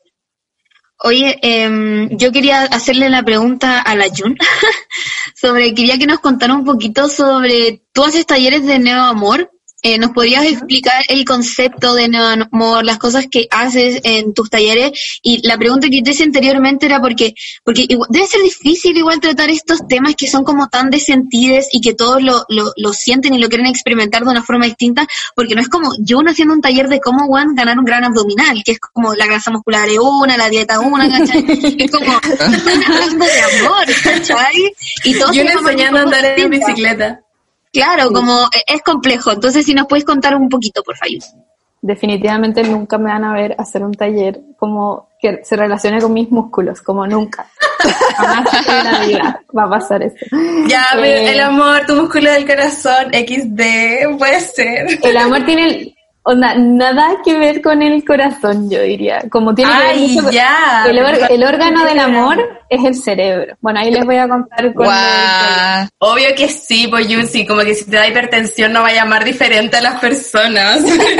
Speaker 5: Oye, eh, yo quería hacerle la pregunta a la Jun sobre, quería que nos contara un poquito sobre, tú haces talleres de neoamor. Eh, ¿Nos podrías explicar el concepto de neoamor, las cosas que haces en tus talleres? Y la pregunta que te hice anteriormente era porque, porque igual, debe ser difícil igual tratar estos temas que son como tan de sentides y que todos lo, lo, lo sienten y lo quieren experimentar de una forma distinta, porque no es como yo haciendo un taller de cómo, Juan, ganar un gran abdominal, que es como la grasa muscular es una, la dieta una, ¿cachai? Es como, están hablando de amor, ¿cachai? Y todos
Speaker 2: yo enseñando a andar en bicicleta.
Speaker 5: Claro, como es complejo. Entonces, si nos puedes contar un poquito, por favor.
Speaker 6: Definitivamente nunca me van a ver hacer un taller como que se relacione con mis músculos, como nunca. Jamás en la vida va a pasar eso.
Speaker 2: Ya,
Speaker 6: eh,
Speaker 2: pero el amor, tu músculo del corazón, equis de, puede ser.
Speaker 6: El amor tiene el, onda, nada que ver con el corazón, yo diría. Como tiene que ver
Speaker 2: Ay,
Speaker 6: mucho
Speaker 2: ya.
Speaker 6: el, or, el órgano del amor es el cerebro. Bueno, ahí les voy a contar con
Speaker 4: Wow.
Speaker 6: el
Speaker 2: Obvio que sí, pues Yusi, como que si te da hipertensión no va a llamar diferente a las personas.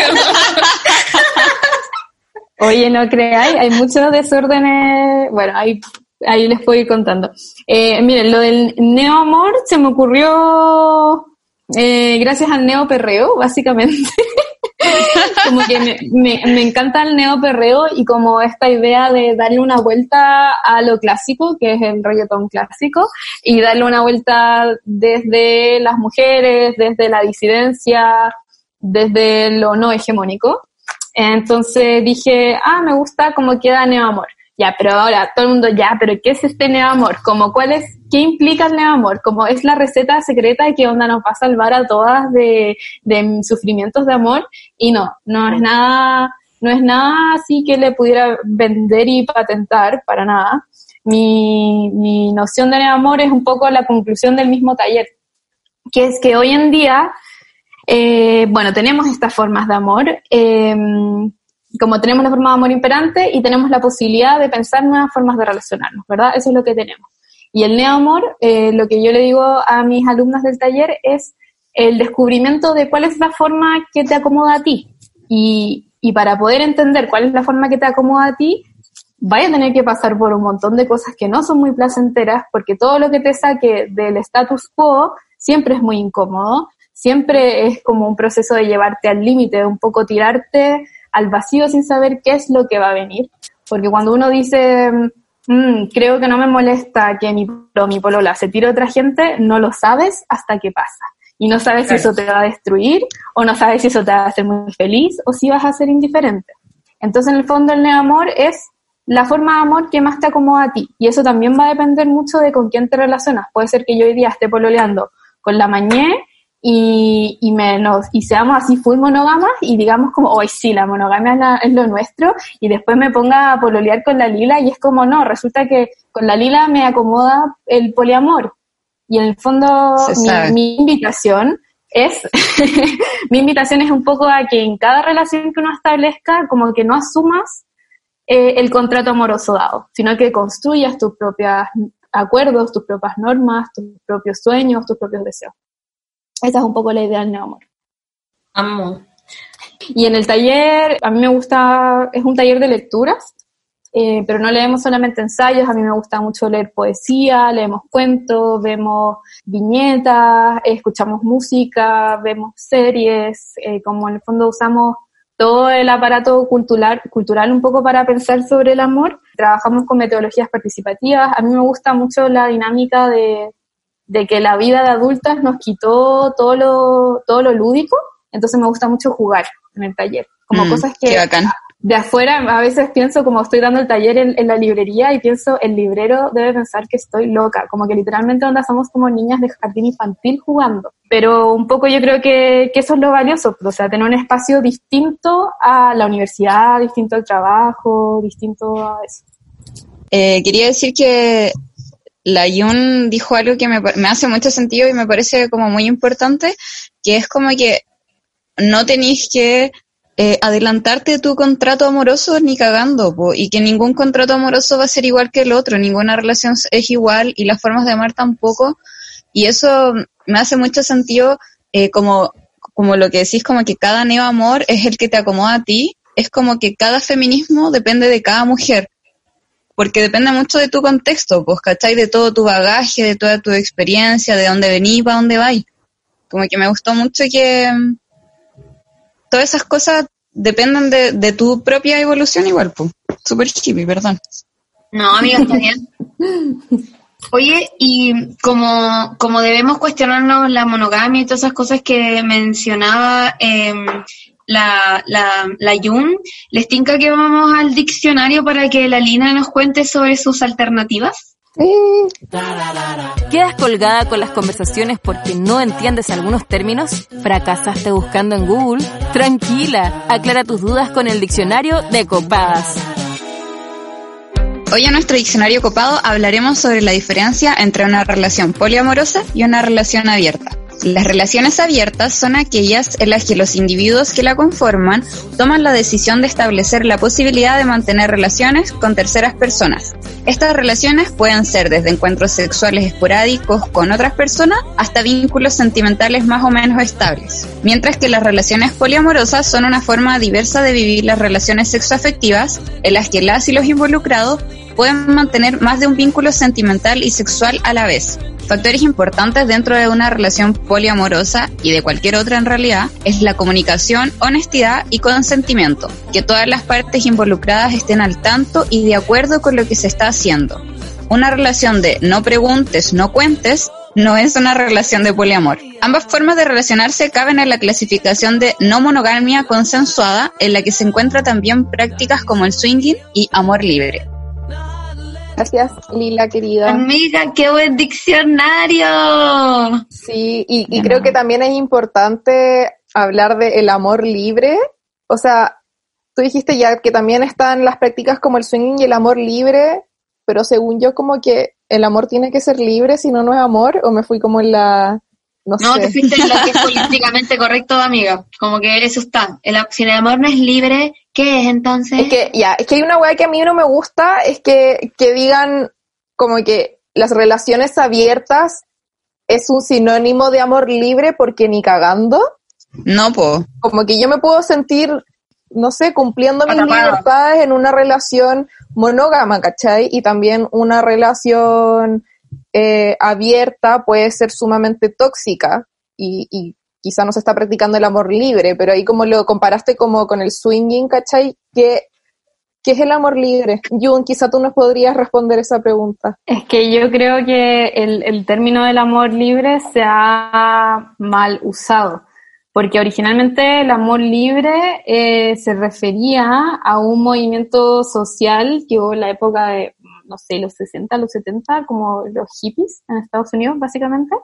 Speaker 6: Oye, no creáis, hay muchos desórdenes, bueno, ahí, ahí les puedo ir contando. Eh, miren, lo del neoamor se me ocurrió eh, gracias al neoperreo, básicamente. Como que me, me, me encanta el neoperreo y como esta idea de darle una vuelta a lo clásico, que es el reggaetón clásico, y darle una vuelta desde las mujeres, desde la disidencia, desde lo no hegemónico. Entonces dije, ah, me gusta cómo queda neoamor. Ya, pero ahora todo el mundo, ya, pero ¿qué es este neoamor? Como, ¿cuál es, qué implica el neoamor? Como es la receta secreta que onda nos va a salvar a todas de, de sufrimientos de amor. Y no, no es nada, no es nada así que le pudiera vender y patentar, para nada. Mi, mi noción de neoamor es un poco la conclusión del mismo taller, que es que hoy en día, eh, bueno, tenemos estas formas de amor, eh, como tenemos la forma de amor imperante y tenemos la posibilidad de pensar nuevas formas de relacionarnos, ¿verdad? Eso es lo que tenemos. Y el neoamor, eh, lo que yo le digo a mis alumnas del taller es el descubrimiento de cuál es la forma que te acomoda a ti. Y, y para poder entender cuál es la forma que te acomoda a ti, vaya a tener que pasar por un montón de cosas que no son muy placenteras, porque todo lo que te saque del status quo siempre es muy incómodo, siempre es como un proceso de llevarte al límite, de un poco tirarte al vacío sin saber qué es lo que va a venir. Porque cuando uno dice, mmm, creo que no me molesta que mi, mi polola se tire a otra gente, no lo sabes hasta que pasa. Y no sabes claro. si eso te va a destruir, o no sabes si eso te va a hacer muy feliz, o si vas a ser indiferente. Entonces, en el fondo, el neoamor es la forma de amor que más te acomoda a ti. Y eso también va a depender mucho de con quién te relacionas. Puede ser que yo hoy día esté pololeando con la Mañé, y, y, me, nos, y seamos así full monógamas y digamos como, hoy sí, la monogamia es, la, es lo nuestro, y después me ponga a pololear con la Lila y es como, no, resulta que con la Lila me acomoda el poliamor. Y en el fondo mi, mi invitación es, mi invitación es un poco a que en cada relación que uno establezca, como que no asumas eh, el contrato amoroso dado, sino que construyas tus propios acuerdos, tus propias normas, tus propios sueños, tus propios deseos. Esa es un poco la idea del neoamor.
Speaker 2: Amo.
Speaker 6: Y en el taller, a mí me gusta, es un taller de lecturas, eh, pero no leemos solamente ensayos, a mí me gusta mucho leer poesía, leemos cuentos, vemos viñetas, escuchamos música, vemos series, eh, como en el fondo usamos todo el aparato cultural, cultural un poco para pensar sobre el amor. Trabajamos con metodologías participativas. A mí me gusta mucho la dinámica de, de que la vida de adultas nos quitó todo lo, todo lo lúdico, entonces me gusta mucho jugar en el taller. Como mm, cosas que de afuera a veces pienso, como estoy dando el taller en, en la librería, y pienso, el librero debe pensar que estoy loca, como que literalmente onda somos como niñas de jardín infantil jugando. Pero un poco yo creo que, que eso es lo valioso, o sea, tener un espacio distinto a la universidad, distinto al trabajo, distinto a eso.
Speaker 4: Eh, quería decir que la Yun dijo algo que me, me hace mucho sentido y me parece como muy importante, que es como que no tenéis que eh, adelantarte tu contrato amoroso ni cagando, po, y que ningún contrato amoroso va a ser igual que el otro, ninguna relación es igual y las formas de amar tampoco, y eso me hace mucho sentido, eh, como, como lo que decís, como que cada neoamor es el que te acomoda a ti, es como que cada feminismo depende de cada mujer, porque depende mucho de tu contexto, pues, ¿cachai? De todo tu bagaje, de toda tu experiencia, de dónde venís, para dónde vais. Como que me gustó mucho que todas esas cosas dependen de, de tu propia evolución igual, pues. Súper hippie, perdón.
Speaker 5: No, amiga, está bien. Oye, y como, como debemos cuestionarnos la monogamia y todas esas cosas que mencionaba eh, la, la, la Yun, ¿les tinca que vamos al diccionario para que la Lina nos cuente sobre sus alternativas?
Speaker 1: ¿Quedas colgada con las conversaciones porque no entiendes algunos términos? ¿Fracasaste buscando en Google? Tranquila, aclara tus dudas con el diccionario de Copadas.
Speaker 4: Hoy en nuestro diccionario copado hablaremos sobre la diferencia entre una relación poliamorosa y una relación abierta. Las relaciones abiertas son aquellas en las que los individuos que la conforman toman la decisión de establecer la posibilidad de mantener relaciones con terceras personas. Estas relaciones pueden ser desde encuentros sexuales esporádicos con otras personas hasta vínculos sentimentales más o menos estables. Mientras que las relaciones poliamorosas son una forma diversa de vivir las relaciones sexoafectivas en las que las y los involucrados pueden mantener más de un vínculo sentimental y sexual a la vez. Factores importantes dentro de una relación poliamorosa y de cualquier otra en realidad es la comunicación, honestidad y consentimiento, que todas las partes involucradas estén al tanto y de acuerdo con lo que se está haciendo. Una relación de no preguntes, no cuentes no es una relación de poliamor. Ambas formas de relacionarse caben en la clasificación de no monogamia consensuada, en la que se encuentran también prácticas como el swinging y amor libre.
Speaker 3: Gracias, Lila, querida.
Speaker 5: Amiga, qué buen diccionario.
Speaker 3: Sí, y, y creo que también es importante hablar de el amor libre. O sea, tú dijiste ya que también están las prácticas como el swinging y el amor libre, pero según yo como que el amor tiene que ser libre, si no, no es amor, o me fui como en la... No,
Speaker 5: no
Speaker 3: sé.
Speaker 5: Te fuiste en lo que es políticamente correcto, amiga. Como que eso está. El, si el amor no es libre, ¿qué es entonces?
Speaker 3: Es que, ya, es que hay una weá que a mí no me gusta, es que, que digan como que las relaciones abiertas es un sinónimo de amor libre porque ni cagando.
Speaker 4: No, po.
Speaker 3: Como que yo me puedo sentir, no sé, cumpliendo mis libertades en una relación monógama, ¿cachai? Y también una relación eh, abierta puede ser sumamente tóxica y, y quizá no se está practicando el amor libre, pero ahí como lo comparaste como con el swinging, ¿cachai? ¿Qué, qué es el amor libre? Yun, quizá tú nos podrías responder esa pregunta.
Speaker 6: Es que yo creo que el, el término del amor libre se ha mal usado, porque originalmente el amor libre eh, se refería a un movimiento social que hubo en la época de, no sé, los sesenta, los setenta, como los hippies en Estados Unidos, básicamente,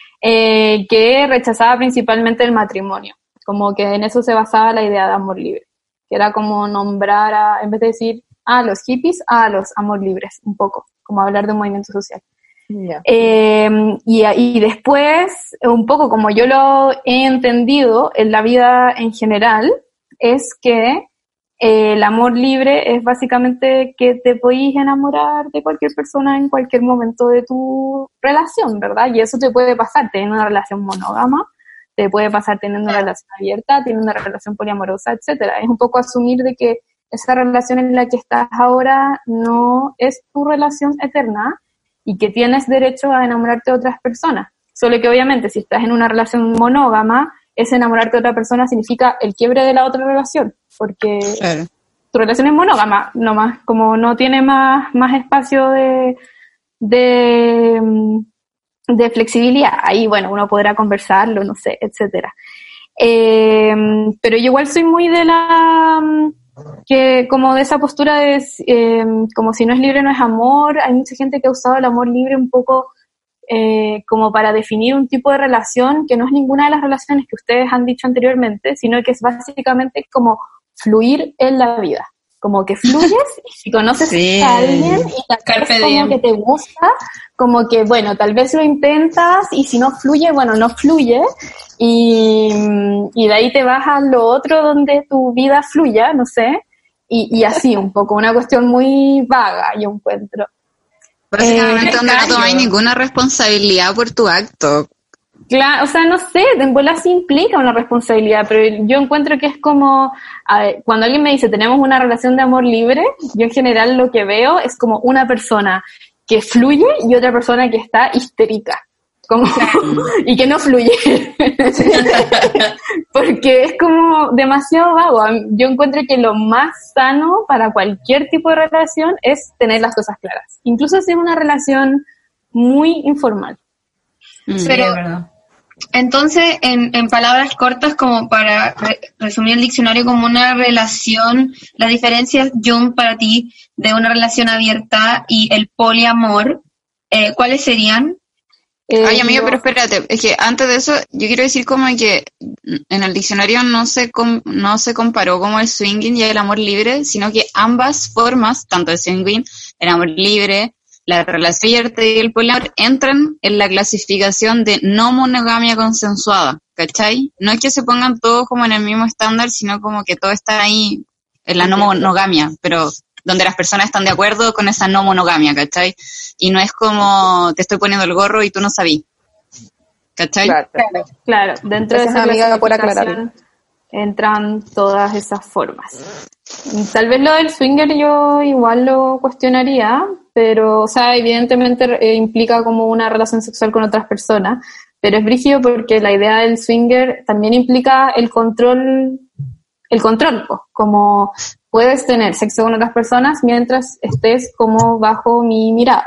Speaker 6: Eh, que rechazaba principalmente el matrimonio, como que en eso se basaba la idea de amor libre, que era como nombrar a, en vez de decir a ah, los hippies, a ah, los amor libres, un poco, como hablar de un movimiento social. Yeah. Eh, y, y después, un poco como yo lo he entendido en la vida en general, es que Eh, el amor libre es básicamente que te podís enamorar de cualquier persona en cualquier momento de tu relación, ¿verdad? Y eso te puede pasar teniendo una relación monógama, te puede pasar teniendo una relación abierta, teniendo una relación poliamorosa, etcétera. Es un poco asumir de que esa relación en la que estás ahora no es tu relación eterna y que tienes derecho a enamorarte de otras personas. Solo que obviamente si estás en una relación monógama, ese enamorarte de otra persona significa el quiebre de la otra relación, porque claro, tu relación es monógama, nomás, como no tiene más, más espacio de, de, de flexibilidad. Ahí, bueno, uno podrá conversarlo, no sé, etcétera. Eh, pero yo igual soy muy de la... que como de esa postura de eh, como si no es libre no es amor. Hay mucha gente que ha usado el amor libre un poco eh, como para definir un tipo de relación que no es ninguna de las relaciones que ustedes han dicho anteriormente, sino que es básicamente como fluir en la vida, como que fluyes y si conoces sí. a alguien y tal vez como que te gusta, como que bueno, tal vez lo intentas y si no fluye, bueno, no fluye y, y de ahí te vas a lo otro donde tu vida fluya, no sé, y, y así un poco, una cuestión muy vaga yo encuentro.
Speaker 4: Básicamente eh, donde no tomáis ninguna responsabilidad por tu acto.
Speaker 6: Claro, o sea, no sé, en bola sí implica una responsabilidad, pero yo encuentro que es como, ver, cuando alguien me dice tenemos una relación de amor libre, yo en general lo que veo es como una persona que fluye y otra persona que está histérica, como y que no fluye, porque es como demasiado vago. Yo encuentro que lo más sano para cualquier tipo de relación es tener las cosas claras, incluso si es una relación muy informal.
Speaker 5: Mm, pero entonces, en, en palabras cortas, como para re- resumir el diccionario como una relación, las diferencias, Jun, para ti, de una relación abierta y el poliamor, eh, ¿cuáles serían?
Speaker 4: Eh, Ay, amigo, pero espérate, es que antes de eso, yo quiero decir como que en el diccionario no se com- no se comparó como el swinging y el amor libre, sino que ambas formas, tanto el swinging, el amor libre, la relación abierta y el poliamor entran en la clasificación de no monogamia consensuada, ¿cachai? No es que se pongan todos como en el mismo estándar, sino como que todo está ahí en la no monogamia, pero donde las personas están de acuerdo con esa no monogamia, ¿cachai? Y no es como te estoy poniendo el gorro y tú no sabís, ¿cachai?
Speaker 6: Claro, claro. Dentro Gracias, de esa
Speaker 3: amiga, por aclarar.
Speaker 6: Entran todas esas formas. Tal vez lo del swinger yo igual lo cuestionaría, pero, o sea, evidentemente eh, implica como una relación sexual con otras personas, pero es brígido porque la idea del swinger también implica el control, el control, como puedes tener sexo con otras personas mientras estés como bajo mi mirada.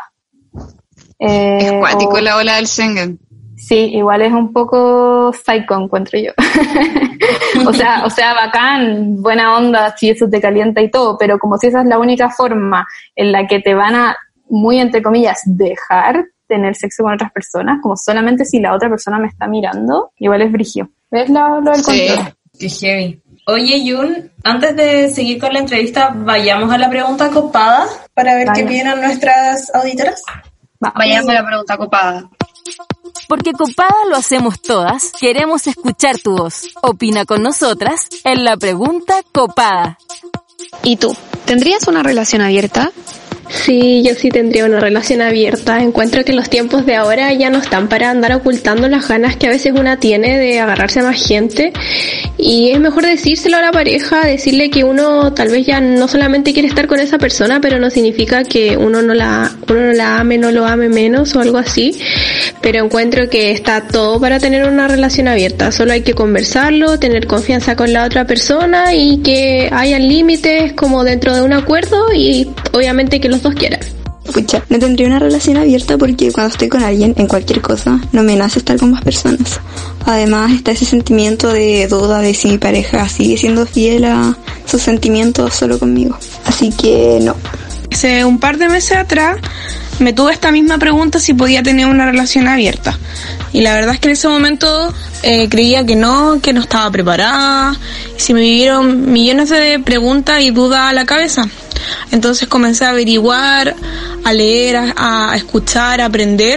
Speaker 4: Eh, es cuático o, la ola del swinger.
Speaker 6: Sí, igual es un poco psycho, encuentro yo. o sea, o sea, bacán, buena onda, si eso te calienta y todo, pero como si esa es la única forma en la que te van a, muy entre comillas, dejar tener sexo con otras personas, como solamente si la otra persona me está mirando, igual es brigio. ¿Ves lo, lo del
Speaker 2: sí,
Speaker 6: control?
Speaker 2: Qué heavy. Oye, Jun, antes de seguir con la entrevista, vayamos a la pregunta copada para ver Vaya. qué vienen nuestras auditoras.
Speaker 5: Va, vayamos a la pregunta copada.
Speaker 1: Porque copada lo hacemos todas, queremos escuchar tu voz. Opina con nosotras en la pregunta copada.
Speaker 7: ¿Y tú? ¿Tendrías una relación abierta?
Speaker 8: Sí, yo sí tendría una relación abierta. Encuentro que los tiempos de ahora ya no están para andar ocultando las ganas que a veces una tiene de agarrarse a más gente, y es mejor decírselo a la pareja, decirle que uno tal vez ya no solamente quiere estar con esa persona, pero no significa que uno no la uno no la ame, no lo ame menos o algo así, pero encuentro que está todo para tener una relación abierta. Solo hay que conversarlo, tener confianza con la otra persona y que hayan límites como dentro de un acuerdo, y obviamente que los dos quieran.
Speaker 7: Pucha, no tendría una relación abierta porque cuando estoy con alguien en cualquier cosa no me nace estar con más personas. Además está ese sentimiento de duda de si mi pareja sigue siendo fiel a sus sentimientos solo conmigo. Así que no.
Speaker 9: Hace un par de meses atrás me tuve esta misma pregunta si podía tener una relación abierta, y la verdad es que en ese momento eh, creía que no, que no estaba preparada, y se me vivieron millones de preguntas y dudas a la cabeza. Entonces comencé a averiguar, a leer, a, a escuchar, a aprender,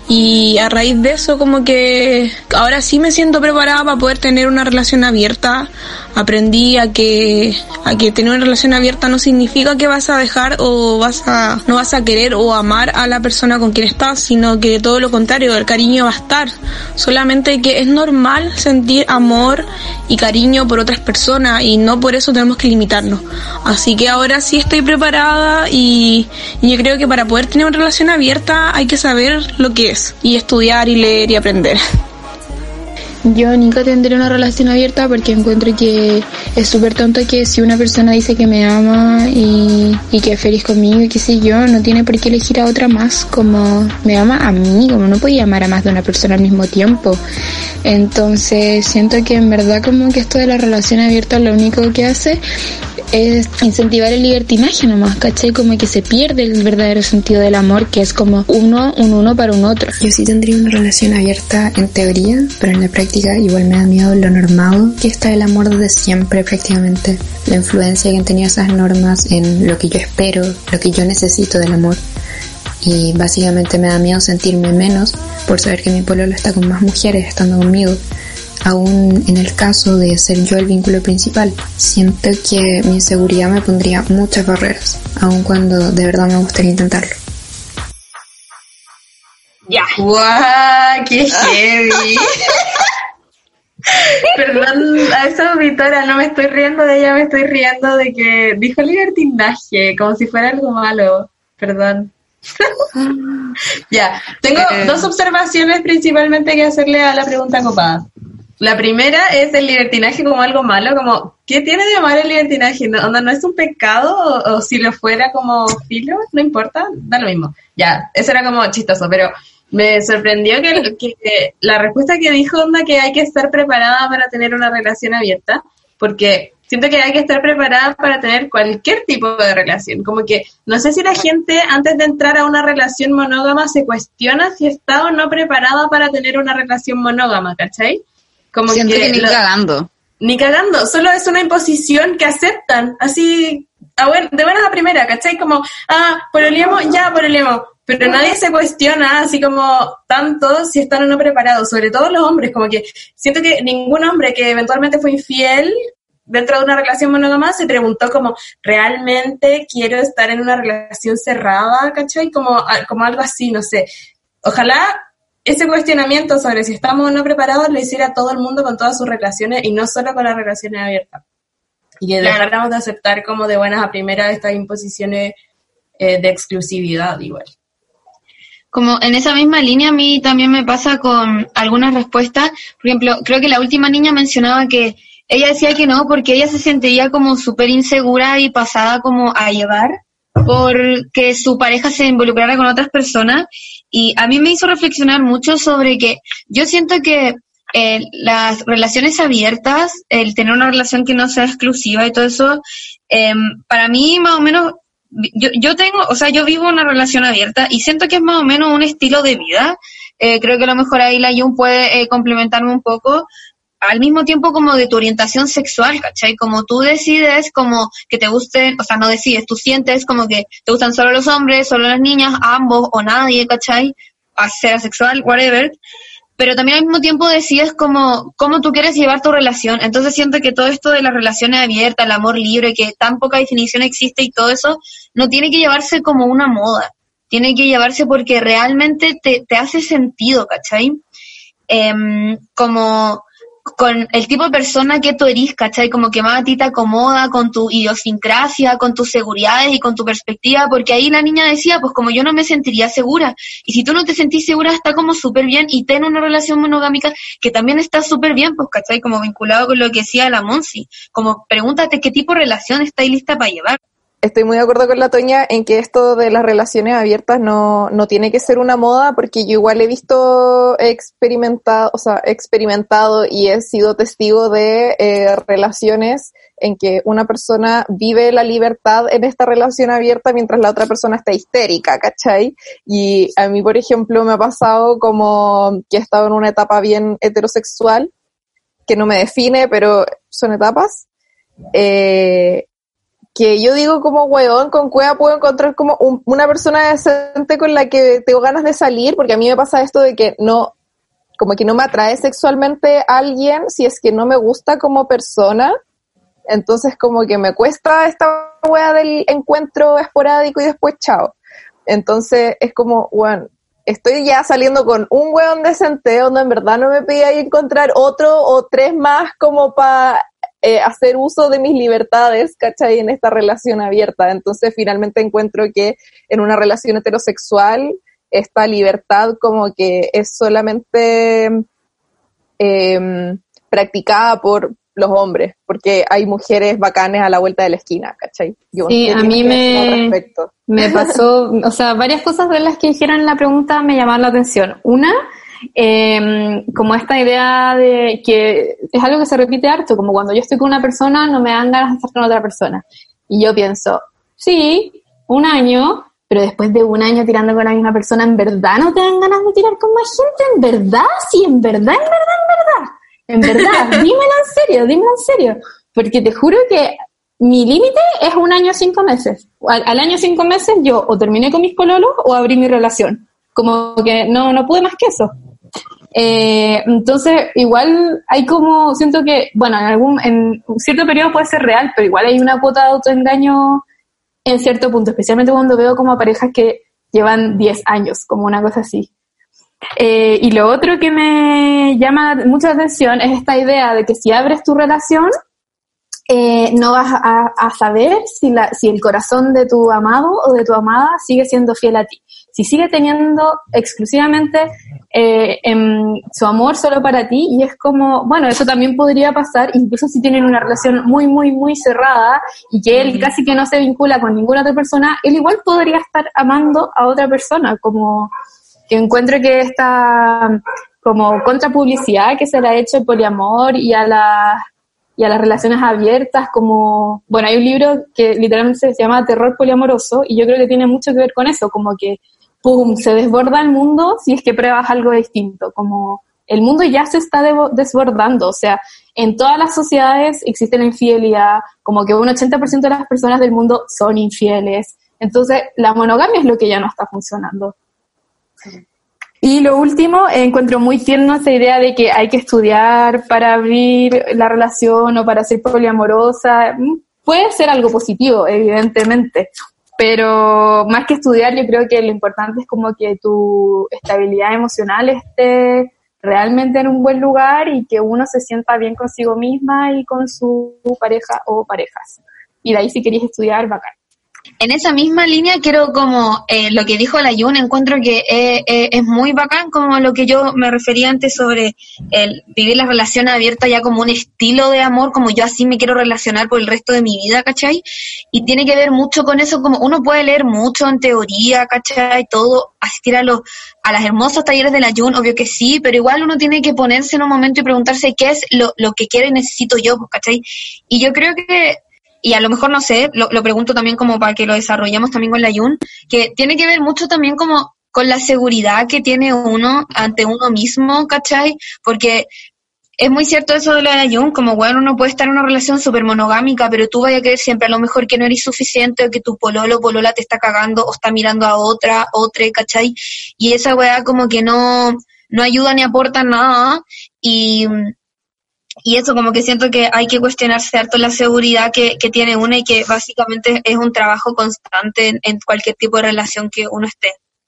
Speaker 9: Y a raíz de eso como que ahora sí me siento preparada para poder tener una relación abierta. Aprendí a que a que tener una relación abierta no significa que vas a dejar o vas a no vas a querer o amar a la persona con quien estás, sino que todo lo contrario, el cariño va a estar. Solamente que es normal sentir amor y cariño por otras personas y no por eso tenemos que limitarnos. Así que ahora sí estoy preparada y, y yo creo que para poder tener una relación abierta hay que saber lo que es y estudiar y leer y aprender.
Speaker 10: Yo nunca tendré una relación abierta porque encuentro que es súper tonto que si una persona dice que me ama y, y que es feliz conmigo y qué sé yo, no tiene por qué elegir a otra más, como me ama a mí, como no podía amar a más de una persona al mismo tiempo. Entonces siento que en verdad como que esto de la relación abierta lo único que hace es incentivar el libertinaje nomás, ¿cachai? Como que se pierde el verdadero sentido del amor, que es como uno, un uno para un otro.
Speaker 11: Yo sí tendría una relación abierta en teoría, pero en la práctica igual me da miedo lo normado que está el amor desde siempre prácticamente. La influencia que han tenido esas normas en lo que yo espero, lo que yo necesito del amor. Y básicamente me da miedo sentirme menos por saber que mi pololo está con más mujeres estando conmigo. Aún en el caso de ser yo el vínculo principal, siento que mi inseguridad me pondría muchas barreras, aun cuando de verdad me gustaría intentarlo.
Speaker 2: Ya. ¡Guau! ¡Qué heavy! Perdón a esa auditora, no me estoy riendo de ella, me estoy riendo de que dijo libertinaje, como si fuera algo malo. Perdón. Ya, tengo eh. dos observaciones principalmente que hacerle a la pregunta copada. La primera es el libertinaje como algo malo, como, ¿qué tiene de malo el libertinaje? ¿No, no es un pecado? O, o si lo fuera como filo, no importa, da lo mismo. Ya, eso era como chistoso, pero me sorprendió que, que, que la respuesta que dijo onda que hay que estar preparada para tener una relación abierta, porque siento que hay que estar preparada para tener cualquier tipo de relación. Como que no sé si la gente antes de entrar a una relación monógama se cuestiona si está o no preparada para tener una relación monógama, ¿cachai? Como
Speaker 4: siento que, que ni
Speaker 2: lo,
Speaker 4: cagando.
Speaker 2: Ni cagando, solo es una imposición que aceptan, así, a buen, de buenas a primera, ¿cachai? Como, ah, pololeamos, ya pololeamos. Pero nadie se cuestiona así como tanto si están o no preparados, sobre todo los hombres, como que siento que ningún hombre que eventualmente fue infiel dentro de una relación monógama se preguntó como, ¿realmente quiero estar en una relación cerrada? ¿Cachai? Como, como algo así, no sé. Ojalá ese cuestionamiento sobre si estamos o no preparados lo hiciera todo el mundo con todas sus relaciones y no solo con las relaciones abiertas. Y que dejáramos de aceptar como de buenas a primeras estas imposiciones eh, de exclusividad igual.
Speaker 5: Como en esa misma línea a mí también me pasa con algunas respuestas. Por ejemplo, creo que la última niña mencionaba que ella decía que no porque ella se sentiría como súper insegura y pasada como a llevar porque su pareja se involucrara con otras personas. Y a mí me hizo reflexionar mucho sobre que yo siento que eh, las relaciones abiertas, el tener una relación que no sea exclusiva y todo eso, eh, para mí más o menos, yo, yo tengo, o sea, yo vivo una relación abierta y siento que es más o menos un estilo de vida. Eh, creo que a lo mejor ahí la Jun puede eh, complementarme un poco, al mismo tiempo como de tu orientación sexual, ¿cachai? Como tú decides como que te gusten, o sea, no decides, tú sientes como que te gustan solo los hombres, solo las niñas, ambos o nadie, ¿cachai? A ser asexual, whatever. Pero también al mismo tiempo decides como cómo tú quieres llevar tu relación. Entonces siento que todo esto de las relaciones abiertas, el amor libre, que tan poca definición existe y todo eso, no tiene que llevarse como una moda. Tiene que llevarse porque realmente te, te hace sentido, ¿cachai? Eh, como con el tipo de persona que tú eres, ¿cachai? Como que más a ti te acomoda con tu idiosincrasia, con tus seguridades y con tu perspectiva, porque ahí la niña decía, pues como yo no me sentiría segura, y si tú no te sentís segura está como súper bien, y ten una relación monogámica que también está súper bien, pues, ¿cachai? Como vinculado con lo que decía la Monsi, como pregúntate qué tipo de relación estáis lista para llevar.
Speaker 3: Estoy muy de acuerdo con la Toña en que esto de las relaciones abiertas no, no tiene que ser una moda, porque yo igual he visto, he experimentado, o sea, he experimentado y he sido testigo de eh, relaciones en que una persona vive la libertad en esta relación abierta mientras la otra persona está histérica, ¿cachai? Y a mí, por ejemplo, me ha pasado como que he estado en una etapa bien heterosexual, que no me define, pero son etapas, eh, que yo digo como weón, con cueva puedo encontrar como un, una persona decente con la que tengo ganas de salir, porque a mí me pasa esto de que no, como que no me atrae sexualmente a alguien si es que no me gusta como persona, entonces como que me cuesta esta wea del encuentro esporádico y después chao. Entonces es como, bueno, estoy ya saliendo con un weón decente donde en verdad no me pedí ahí encontrar otro o tres más como para eh, hacer uso de mis libertades, ¿cachai? En esta relación abierta. Entonces finalmente encuentro que en una relación heterosexual esta libertad como que es solamente eh, practicada por los hombres, porque hay mujeres bacanes a la vuelta de la esquina, ¿cachai? Yo
Speaker 6: sí, a mí me, me pasó, o sea, varias cosas de las que dijeron en la pregunta me llamaron la atención. Una, eh, como esta idea de que es algo que se repite harto, como cuando yo estoy con una persona no me dan ganas de estar con otra persona. Y yo pienso, sí, un año, pero después de un año tirando con la misma persona, ¿en verdad no te dan ganas de tirar con más gente? ¿En verdad? Sí, en verdad, en verdad, en verdad. En verdad, dímelo en serio, dímelo en serio. Porque te juro que mi límite es un año cinco meses. Al, al año cinco meses yo o terminé con mis pololos o abrí mi relación. Como que no, no pude más que eso. Eh, entonces, igual hay como, siento que, bueno, en algún, en cierto periodo puede ser real, pero igual hay una cuota de autoengaño en cierto punto, especialmente cuando veo como parejas que llevan diez años, como una cosa así. Eh, y lo otro que me llama mucha atención es esta idea de que si abres tu relación, eh, no vas a, a saber si, la, si el corazón de tu amado o de tu amada sigue siendo fiel a ti. Si sigue teniendo exclusivamente eh, en su amor solo para ti, y es como, bueno, eso también podría pasar, incluso si tienen una relación muy, muy, muy cerrada y que él casi que no se vincula con ninguna otra persona, él igual podría estar amando a otra persona, como que encuentro que esta como contrapublicidad que se le ha hecho al poliamor y a las y a las relaciones abiertas, como, bueno, hay un libro que literalmente se llama Terror Poliamoroso, y yo creo que tiene mucho que ver con eso, como que pum, se desborda el mundo si es que pruebas algo distinto, como el mundo ya se está de- desbordando, o sea, en todas las sociedades existe la infidelidad, como que un ochenta por ciento de las personas del mundo son infieles, entonces la monogamia es lo que ya no está funcionando. Y lo último, encuentro muy tierno esa idea de que hay que estudiar para abrir la relación o para ser poliamorosa. Puede ser algo positivo, evidentemente, pero más que estudiar, yo creo que lo importante es como que tu estabilidad emocional esté realmente en un buen lugar y que uno se sienta bien consigo misma y con su pareja o parejas. Y de ahí, si queréis estudiar, bacán.
Speaker 5: En esa misma línea quiero como eh, lo que dijo la Yun, encuentro que eh, eh, es muy bacán, como lo que yo me refería antes sobre el vivir la relación abierta ya como un estilo de amor, como yo así me quiero relacionar por el resto de mi vida, ¿cachai? Y tiene que ver mucho con eso, como uno puede leer mucho en teoría, ¿cachai? Todo, asistir a los a las hermosos talleres de la Yun, obvio que sí, pero igual uno tiene que ponerse en un momento y preguntarse qué es lo, lo que quiero y necesito yo, ¿cachai? Y yo creo que y a lo mejor, no sé, lo, lo pregunto también como para que lo desarrollemos también con la Yun, que tiene que ver mucho también como con la seguridad que tiene uno ante uno mismo, ¿cachai? Porque es muy cierto eso de la Yun, como bueno, uno puede estar en una relación súper monogámica, pero tú vayas a creer siempre a lo mejor que no eres suficiente, o que tu pololo polola te está cagando, o está mirando a otra, otra, ¿cachai? Y esa weá como que no, no ayuda ni aporta nada, y... Y eso como que siento que hay que cuestionarse harto la seguridad que, que tiene uno y que básicamente es un trabajo constante en, en cualquier tipo de relación que uno esté.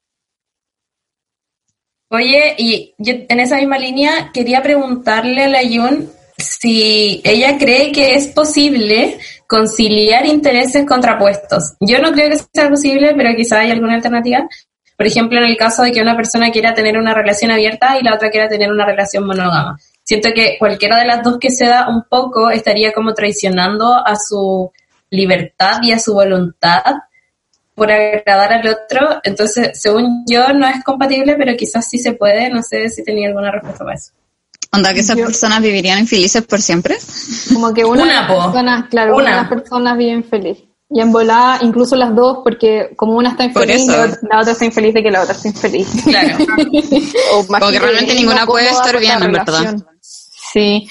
Speaker 2: Oye, y yo en esa misma línea quería preguntarle a la Yun si ella cree que es posible conciliar intereses contrapuestos. Yo no creo que sea posible, pero quizá hay alguna alternativa. Por ejemplo, en el caso de que una persona quiera tener una relación abierta y la otra quiera tener una relación monógama. Siento que cualquiera de las dos que se da un poco estaría como traicionando a su libertad y a su voluntad por agradar al otro. Entonces, según yo, no es compatible, pero quizás sí se puede. No sé si tenía alguna respuesta para eso.
Speaker 4: ¿Onda que esas yo, personas vivirían infelices por siempre?
Speaker 6: Como que una, una de las personas, claro, una. una de las personas viven feliz. Y en volada, incluso las dos, porque como una está infeliz, la otra, la otra está infeliz de que la otra está infeliz.
Speaker 2: Claro.
Speaker 4: O más como que, que realmente ninguna puede estar bien, en verdad.
Speaker 6: Sí,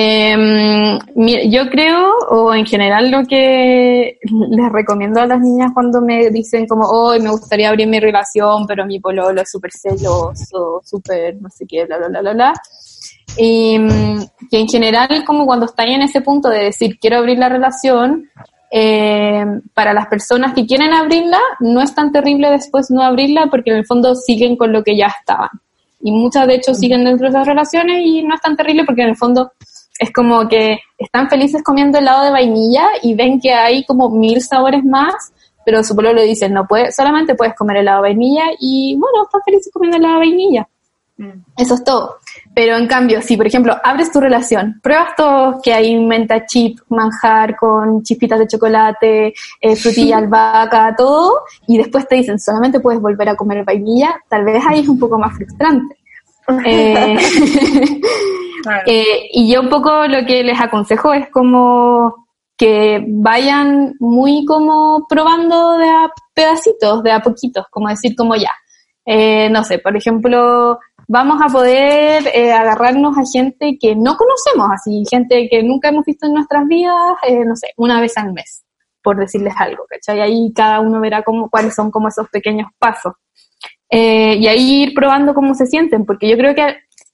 Speaker 6: eh, yo creo, o en general lo que les recomiendo a las niñas cuando me dicen como, oh, me gustaría abrir mi relación, pero mi pololo es súper celoso, súper no sé qué, bla, bla, bla, bla, bla. Y que en general, como cuando están en ese punto de decir, quiero abrir la relación, eh, para las personas que quieren abrirla, no es tan terrible después no abrirla, porque en el fondo siguen con lo que ya estaban. Y muchas, de hecho, siguen dentro de esas relaciones y no es tan terrible porque en el fondo es como que están felices comiendo helado de vainilla y ven que hay como mil sabores más, pero su pololo le dice, no puedes, solamente puedes comer helado de vainilla y bueno, están felices comiendo helado de vainilla. Mm. Eso es todo. Pero en cambio, si por ejemplo abres tu relación, pruebas todo que hay menta chip, manjar con chispitas de chocolate, eh, frutilla albahaca, todo, y después te dicen solamente puedes volver a comer vainilla, tal vez ahí es un poco más frustrante. eh, claro. eh, y yo un poco lo que les aconsejo es como que vayan muy como probando de a pedacitos, de a poquitos, como decir como ya, eh, no sé, por ejemplo, vamos a poder eh, agarrarnos a gente que no conocemos, así, gente que nunca hemos visto en nuestras vidas, eh, no sé, una vez al mes, por decirles algo, ¿cachai? Ahí cada uno verá cómo, cuáles son como esos pequeños pasos. Eh, y ahí ir probando cómo se sienten, porque yo creo que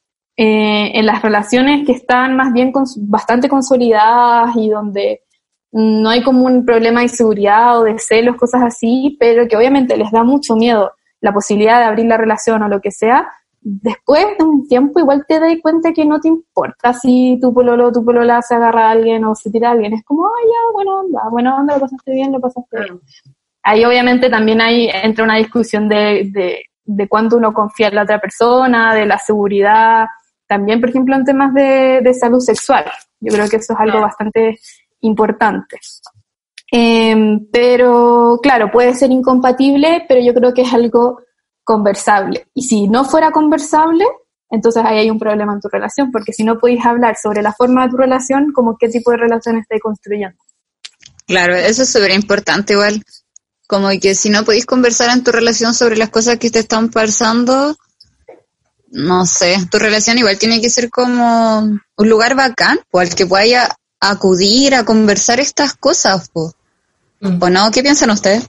Speaker 6: eh, en las relaciones que están más bien cons- bastante consolidadas y donde no hay como un problema de inseguridad o de celos, cosas así, pero que obviamente les da mucho miedo la posibilidad de abrir la relación o lo que sea, después de un tiempo igual te das cuenta que no te importa si tu pololo o tu polola se agarra a alguien o se tira a alguien, es como, ay, ya, bueno onda, bueno onda, lo pasaste bien, lo pasaste bien. Ahí obviamente también hay, entra una discusión de, de, de cuánto uno confía en la otra persona, de la seguridad, también por ejemplo en temas de, de salud sexual, yo creo que eso es algo bastante importante. Eh, pero claro, puede ser incompatible, pero yo creo que es algo conversable. Y si no fuera conversable, entonces ahí hay un problema en tu relación, porque si no podéis hablar sobre la forma de tu relación, como qué tipo de relación estáis construyendo.
Speaker 4: Claro, eso es súper importante igual. Como que si no podéis conversar en tu relación sobre las cosas que te están pasando, no sé, tu relación igual tiene que ser como un lugar bacán, o al que pueda acudir a conversar estas cosas, po. ¿O no? ¿Qué piensan ustedes?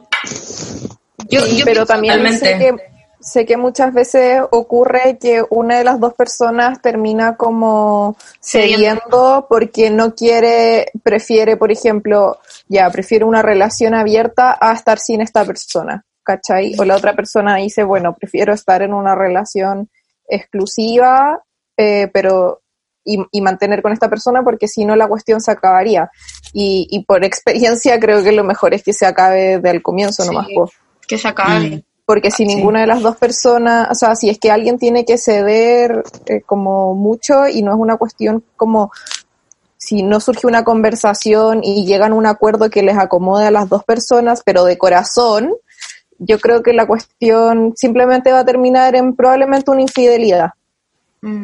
Speaker 3: Yo, sí, yo pero también sé que, sé que muchas veces ocurre que una de las dos personas termina como cediendo porque no quiere, prefiere, por ejemplo, ya, prefiere una relación abierta a estar sin esta persona, ¿cachai? O la otra persona dice, bueno, prefiero estar en una relación exclusiva, eh, pero y, y mantener con esta persona porque si no la cuestión se acabaría. Y, y por experiencia creo que lo mejor es que se acabe del comienzo
Speaker 5: sí.
Speaker 3: nomás, pues.
Speaker 5: Que se acabe.
Speaker 3: Porque si sí. ninguna de las dos personas, o sea, si es que alguien tiene que ceder eh, como mucho y no es una cuestión como, si no surge una conversación y llegan a un acuerdo que les acomode a las dos personas, pero de corazón, yo creo que la cuestión simplemente va a terminar en probablemente una infidelidad.
Speaker 5: Mm.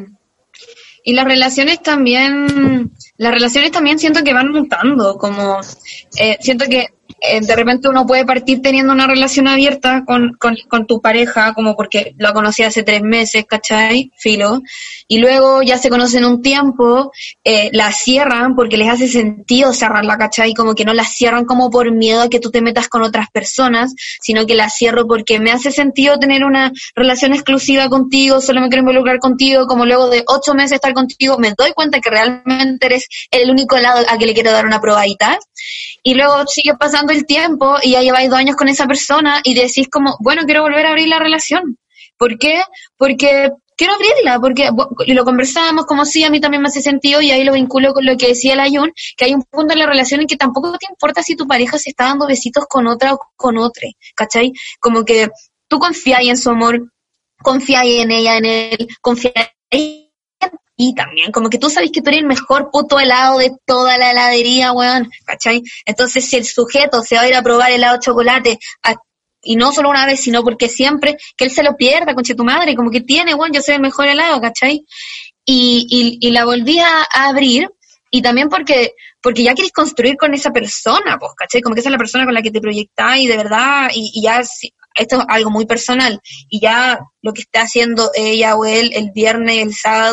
Speaker 5: Y las relaciones también, las relaciones también siento que van mutando, como, eh, siento que Eh, de repente uno puede partir teniendo una relación abierta con, con, con tu pareja, como porque lo conocí hace tres meses, ¿cachai? Filo. Y luego ya se conocen un tiempo, eh, la cierran porque les hace sentido cerrarla, ¿cachai? Como que no la cierran como por miedo a que tú te metas con otras personas, sino que la cierro porque me hace sentido tener una relación exclusiva contigo, solo me quiero involucrar contigo, como luego de ocho meses estar contigo, me doy cuenta que realmente eres el único lado a que le quiero dar una probadita. Y luego sigue pasando el tiempo y ya lleváis dos años con esa persona y decís como, bueno, quiero volver a abrir la relación. ¿Por qué? Porque quiero abrirla, porque y lo conversábamos como si a mí también me hace sentido y ahí lo vinculo con lo que decía el Ayun, que hay un punto en la relación en que tampoco te importa si tu pareja se está dando besitos con otra o con otro, ¿cachai? Como que tú confías en su amor, confías en ella, en él, confías en y también, como que tú sabes que tú eres el mejor puto helado de toda la heladería, weón, ¿cachai? Entonces, si el sujeto se va a ir a probar helado de chocolate, a, y no solo una vez, sino porque siempre, que él se lo pierda, conche tu madre, como que tiene, weón, yo soy el mejor helado, ¿cachai? Y, y, y la volví a, a abrir, y también porque, porque ya querés construir con esa persona, pues, ¿cachai? Como que esa es la persona con la que te proyectás, y de verdad, y, y ya, esto es algo muy personal, y ya lo que está haciendo ella o él el viernes, el sábado,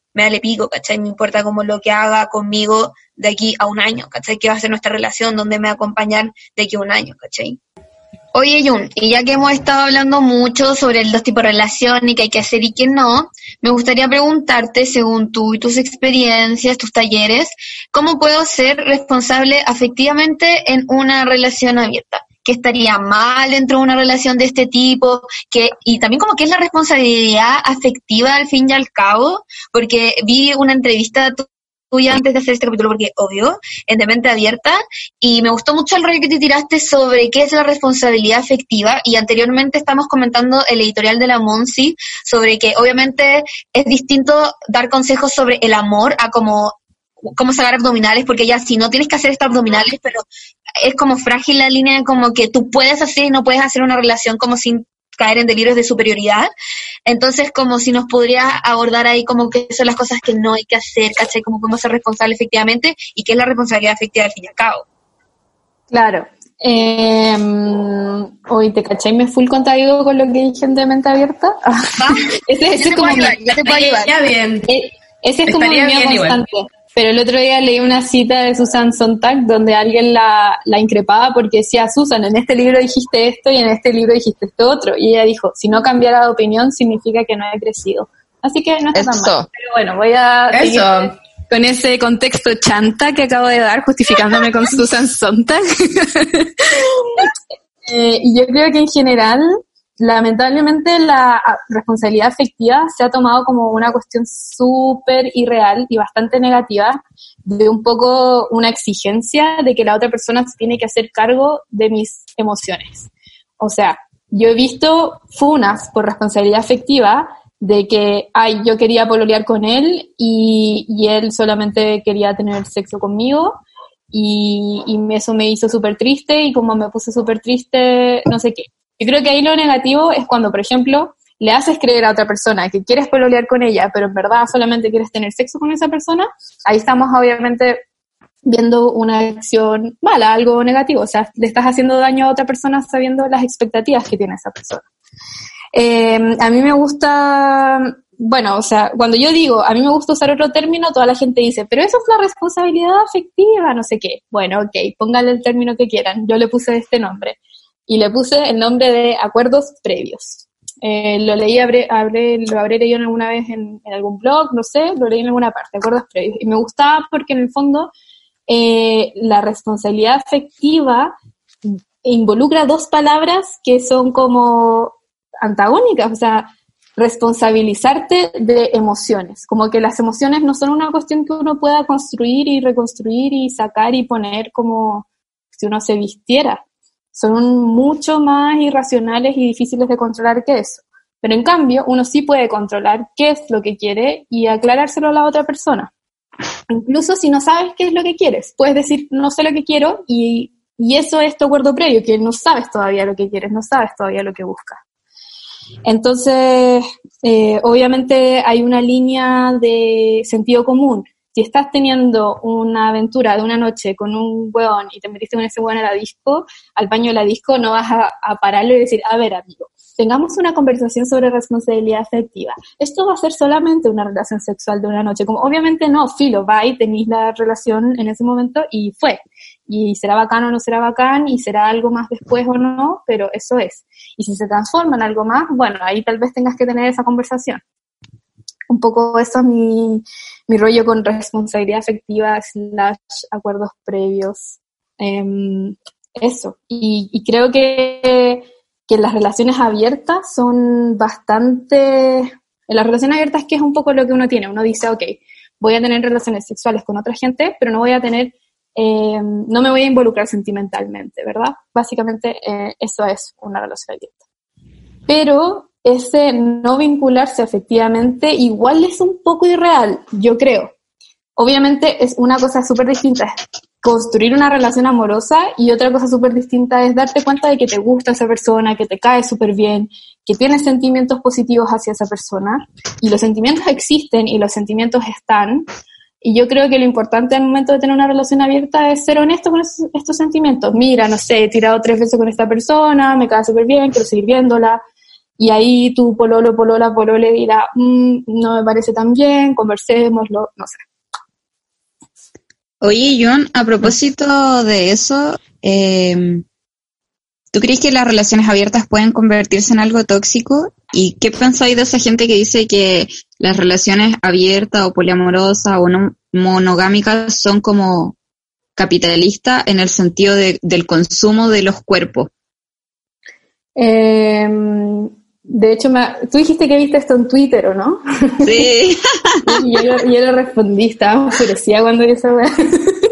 Speaker 5: me da le pico, ¿cachai? Me importa como lo que haga conmigo de aquí a un año, ¿cachai? ¿Qué va a ser nuestra relación? ¿Dónde me va a acompañar de aquí a un año, ¿cachai? Oye, Jun, y ya que hemos estado hablando mucho sobre los tipos de relación y qué hay que hacer y qué no, me gustaría preguntarte, según tú y tus experiencias, tus talleres, ¿cómo puedo ser responsable afectivamente en una relación abierta? ¿Qué estaría mal dentro de una relación de este tipo? ¿Qué, y también como qué es la responsabilidad afectiva al fin y al cabo? Porque vi una entrevista tuya antes de hacer este capítulo, porque obvio, en De Mente Abierta, y me gustó mucho el rollo que te tiraste sobre qué es la responsabilidad afectiva, y anteriormente estamos comentando el editorial de la Monsi, sobre que obviamente es distinto dar consejos sobre el amor a como cómo sacar abdominales, porque ya si no tienes que hacer estos abdominales, pero es como frágil la línea, como que tú puedes hacer y no puedes hacer una relación como sin caer en delirios de superioridad. Entonces, como si nos podría abordar ahí como que son las cosas que no hay que hacer, ¿cachai? Cómo podemos ser responsables efectivamente y qué es la responsabilidad efectiva al fin y al cabo.
Speaker 6: Claro. Eh, hoy te caché, me full contradigo con lo que dije en De Mente Abierta. ese, ese es como mi,
Speaker 5: ya te puedo ayudar.
Speaker 2: Ya bien.
Speaker 6: Eh, ese es como mi mía constante. Igual. Pero el otro día leí una cita de Susan Sontag donde alguien la, la increpaba porque decía, Susan, en este libro dijiste esto y en este libro dijiste esto otro. Y ella dijo, si no cambiara de opinión significa que no he crecido. Así que no está tan mal. Pero bueno, voy a seguir con ese contexto chanta que acabo de dar, justificándome con Susan Sontag. eh, y yo creo que en general, lamentablemente la responsabilidad afectiva se ha tomado como una cuestión súper irreal y bastante negativa, de un poco una exigencia de que la otra persona se tiene que hacer cargo de mis emociones. O sea, yo he visto funas por responsabilidad afectiva de que, ay, yo quería pololear con él y, y él solamente quería tener sexo conmigo y, y eso me hizo súper triste y como me puse súper triste, no sé qué. Yo creo que ahí lo negativo es cuando, por ejemplo, le haces creer a otra persona que quieres pololear con ella, pero en verdad solamente quieres tener sexo con esa persona. Ahí estamos obviamente viendo una acción mala, algo negativo. O sea, le estás haciendo daño a otra persona sabiendo las expectativas que tiene esa persona. Eh, a mí me gusta, bueno, o sea, cuando yo digo, a mí me gusta usar otro término, toda la gente dice, pero eso es la responsabilidad afectiva, no sé qué. Bueno, ok, póngale el término que quieran. Yo le puse este nombre. Y le puse el nombre de acuerdos previos. Eh, lo leí, habré, habré, lo habré leído alguna vez en, en algún blog, no sé, lo leí en alguna parte, acuerdos previos. Y me gustaba porque en el fondo eh, la responsabilidad afectiva involucra dos palabras que son como antagónicas, o sea, responsabilizarte de emociones. Como que las emociones no son una cuestión que uno pueda construir y reconstruir y sacar y poner como si uno se vistiera. Son mucho más irracionales y difíciles de controlar que eso. Pero en cambio, uno sí puede controlar qué es lo que quiere y aclarárselo a la otra persona. Incluso si no sabes qué es lo que quieres, puedes decir, no sé lo que quiero, y, y eso es tu acuerdo previo, que no sabes todavía lo que quieres, no sabes todavía lo que buscas. Entonces, eh, obviamente hay una línea de sentido común. Si estás teniendo una aventura de una noche con un weón y te metiste con ese weón a la disco, al baño de la disco, no vas a, a pararlo y decir, a ver, amigo, tengamos una conversación sobre responsabilidad afectiva. Esto va a ser solamente una relación sexual de una noche. Como obviamente no, filo, va y tenéis la relación en ese momento y fue. Y será bacán o no será bacán, y será algo más después o no, pero eso es. Y si se transforma en algo más, bueno, ahí tal vez tengas que tener esa conversación. Un poco eso es mi, mi rollo con responsabilidad afectiva slash acuerdos previos. Eh, eso. Y, y creo que, que las relaciones abiertas son bastante... En las relaciones abiertas, que es un poco lo que uno tiene. Uno dice, ok, voy a tener relaciones sexuales con otra gente, pero no voy a tener... Eh, no me voy a involucrar sentimentalmente, ¿verdad? Básicamente eh, eso es una relación abierta. Pero... ese no vincularse efectivamente igual es un poco irreal, yo creo. Obviamente es una cosa súper distinta, es construir una relación amorosa, y otra cosa súper distinta es darte cuenta de que te gusta esa persona, que te cae súper bien, que tienes sentimientos positivos hacia esa persona, y los sentimientos existen y los sentimientos están, y yo creo que lo importante al momento de tener una relación abierta es ser honesto con esos, estos sentimientos. Mira, no sé, he tirado tres veces con esta persona, me cae súper bien, quiero seguir viéndola. y ahí tu pololo, polola, polole dirá, mmm, no me parece tan bien, conversémoslo, no sé.
Speaker 4: Oye, John, a propósito de eso, eh, ¿tú crees que las relaciones abiertas pueden convertirse en algo tóxico? ¿Y qué pensáis de esa gente que dice que las relaciones abiertas o poliamorosas o no monogámicas son como capitalistas en el sentido de, del consumo de los cuerpos?
Speaker 6: Eh, de hecho, me, tú dijiste que viste esto en Twitter, ¿o no?
Speaker 4: Sí.
Speaker 6: Y yo, yo le respondí, estaba enfurecida cuando vi esa weá.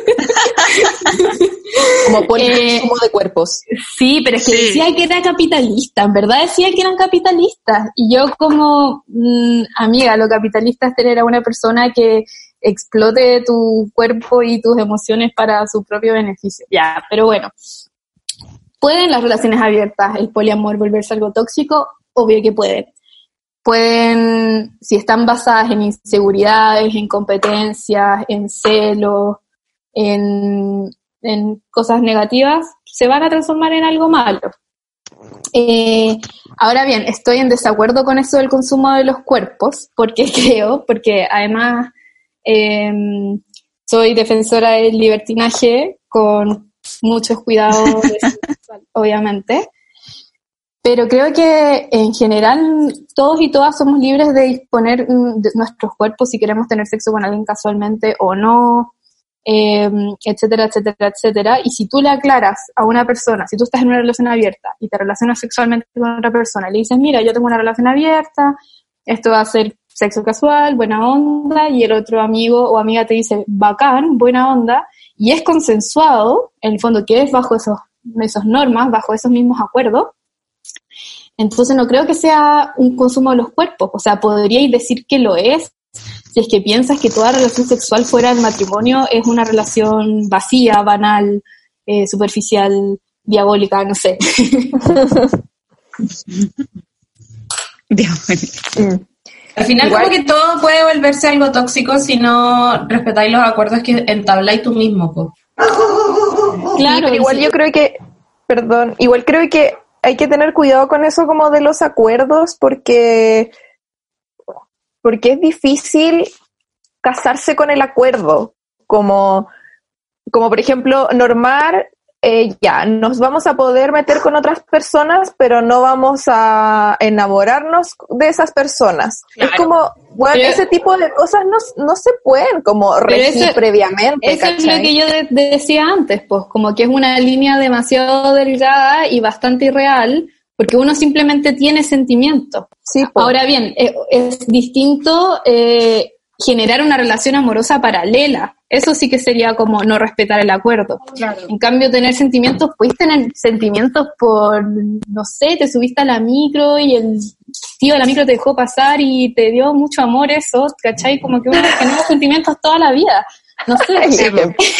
Speaker 3: Como por el eh, consumo de cuerpos.
Speaker 6: Sí, pero es que sí. Decía que era capitalista, en verdad decía que eran capitalistas. Y yo como, mmm, amiga, lo capitalista es tener a una persona que explote tu cuerpo y tus emociones para su propio beneficio. Ya, pero bueno. ¿Pueden las relaciones abiertas, el poliamor, volverse algo tóxico? Obvio que pueden. Pueden, si están basadas en inseguridades, en competencias, en celos, en, en cosas negativas, se van a transformar en algo malo. Eh, ahora bien, estoy en desacuerdo con eso del consumo de los cuerpos, porque creo, porque además eh, soy defensora del libertinaje con muchos cuidados de sexual, obviamente. Pero creo que en general todos y todas somos libres de disponer de nuestros cuerpos si queremos tener sexo con alguien casualmente o no, eh, etcétera, etcétera, etcétera. Y si tú le aclaras a una persona, si tú estás en una relación abierta y te relacionas sexualmente con otra persona, le dices, mira, yo tengo una relación abierta, esto va a ser sexo casual, buena onda, y el otro amigo o amiga te dice, bacán, buena onda, y es consensuado, en el fondo que es bajo esos, esas normas, bajo esos mismos acuerdos, entonces no creo que sea un consumo de los cuerpos. O sea, podríais decir que lo es si es que piensas que toda relación sexual fuera del matrimonio es una relación vacía, banal, eh, superficial, diabólica, no sé.
Speaker 2: Diabólica. Al final igual, como que todo puede volverse algo tóxico si no respetáis los acuerdos que entabláis tú mismo, po.
Speaker 3: Claro, sí, igual sí. Yo creo que, perdón, igual creo que hay que tener cuidado con eso como de los acuerdos porque, porque es difícil casarse con el acuerdo, como, como por ejemplo normar, eh, ya, nos vamos a poder meter con otras personas, pero no vamos a enamorarnos de esas personas. Claro. Es como, bueno, pero, ese tipo de cosas no, no se pueden como regir eso, previamente.
Speaker 6: Eso ¿cachai? Es lo que yo de, de decía antes, pues, como que es una línea demasiado delgada y bastante irreal, porque uno simplemente tiene sentimientos. Sí, pues. Ahora bien, es, es distinto eh, generar una relación amorosa paralela. Eso sí que sería como no respetar el acuerdo. Claro. En cambio, tener sentimientos, puedes tener sentimientos por, no sé, te subiste a la micro y el tío de la micro te dejó pasar y te dio mucho amor eso, ¿cachai? Como que uno genera sentimientos toda la vida. No sé.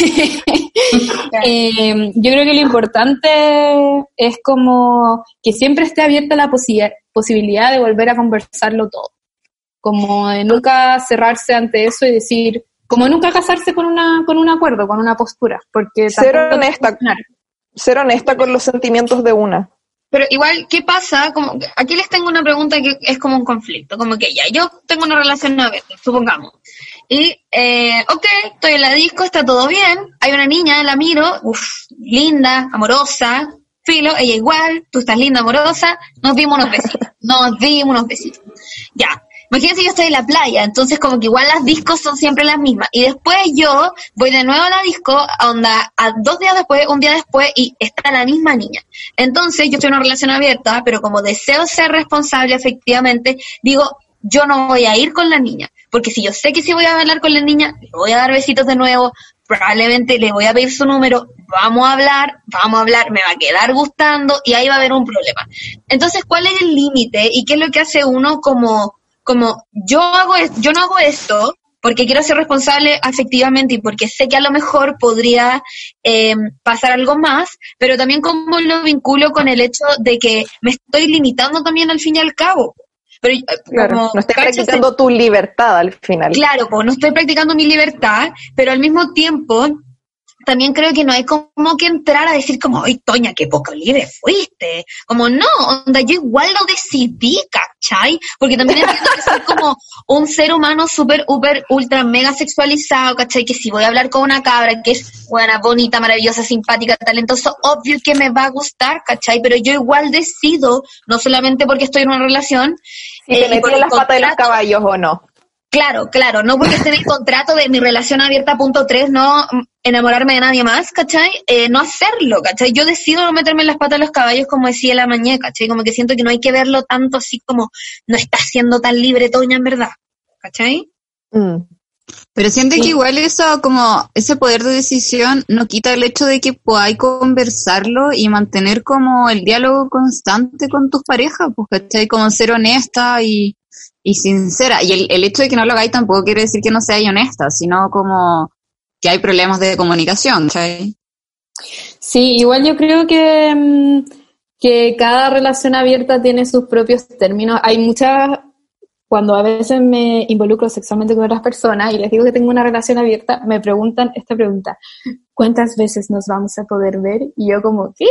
Speaker 6: eh, yo creo que lo importante es como que siempre esté abierta la posi- posibilidad de volver a conversarlo todo. Como de nunca cerrarse ante eso y decir, como nunca casarse con una con un acuerdo, con una postura, porque
Speaker 3: ser honesta, ser honesta con los sentimientos de una.
Speaker 5: Pero igual, ¿qué pasa? Como aquí les tengo una pregunta que es como un conflicto, como que ya, yo tengo una relación abierta, supongamos, y, eh, ok, estoy en la disco, está todo bien, hay una niña, la miro, uff, linda, amorosa, filo, ella igual, tú estás linda, amorosa, nos dimos unos besitos, nos dimos unos besitos, ya. Imagínense, yo estoy en la playa, entonces como que igual las discos son siempre las mismas. Y después yo voy de nuevo a la disco, a, onda, a dos días después, un día después, y está la misma niña. Entonces yo estoy en una relación abierta, pero como deseo ser responsable efectivamente, digo, yo no voy a ir con la niña. Porque si yo sé que si voy a hablar con la niña, le voy a dar besitos de nuevo, probablemente le voy a pedir su número, vamos a hablar, vamos a hablar, me va a quedar gustando, y ahí va a haber un problema. Entonces, ¿cuál es el límite? ¿Y qué es lo que hace uno como... como yo hago yo no hago esto porque quiero ser responsable afectivamente y porque sé que a lo mejor podría eh, pasar algo más, pero también como lo vinculo con el hecho de que me estoy limitando también al fin y al cabo. Pero,
Speaker 3: claro, como, no estoy practicando tu libertad al final.
Speaker 5: Claro, pues no estoy practicando mi libertad, pero al mismo tiempo también creo que no hay como que entrar a decir como, ¡ay, Toña, qué poco libre fuiste! Como, no, onda, yo igual lo decidí, ¿cachai? Porque también entiendo que soy como un ser humano súper, súper, ultra, mega sexualizado, ¿cachai? Que si voy a hablar con una cabra que es buena, bonita, maravillosa, simpática, talentosa, obvio que me va a gustar, ¿cachai? Pero yo igual decido, no solamente porque estoy en una relación,
Speaker 3: si te metí en las patas de los caballos o no.
Speaker 5: Claro, claro, no porque esté en el contrato de mi relación abierta punto tres, no enamorarme de nadie más, ¿cachai? Eh, no hacerlo, ¿cachai? Yo decido no meterme en las patas de los caballos, como decía la Mañé, ¿cachai? Como que siento que no hay que verlo tanto así como no está siendo tan libre Toña en verdad, ¿cachai?
Speaker 4: Mm. Pero siento sí. que igual eso, como ese poder de decisión no quita el hecho de que podáis conversarlo y mantener como el diálogo constante con tus parejas, pues, ¿cachai? Como ser honesta y y sincera, y el, el hecho de que no lo hagáis tampoco quiere decir que no seáis honesta, sino como que hay problemas de comunicación, ¿sí?
Speaker 6: Sí, igual yo creo que, que cada relación abierta tiene sus propios términos. Hay muchas, cuando a veces me involucro sexualmente con otras personas y les digo que tengo una relación abierta, me preguntan esta pregunta: ¿cuántas veces nos vamos a poder ver? Y yo como, ¿qué?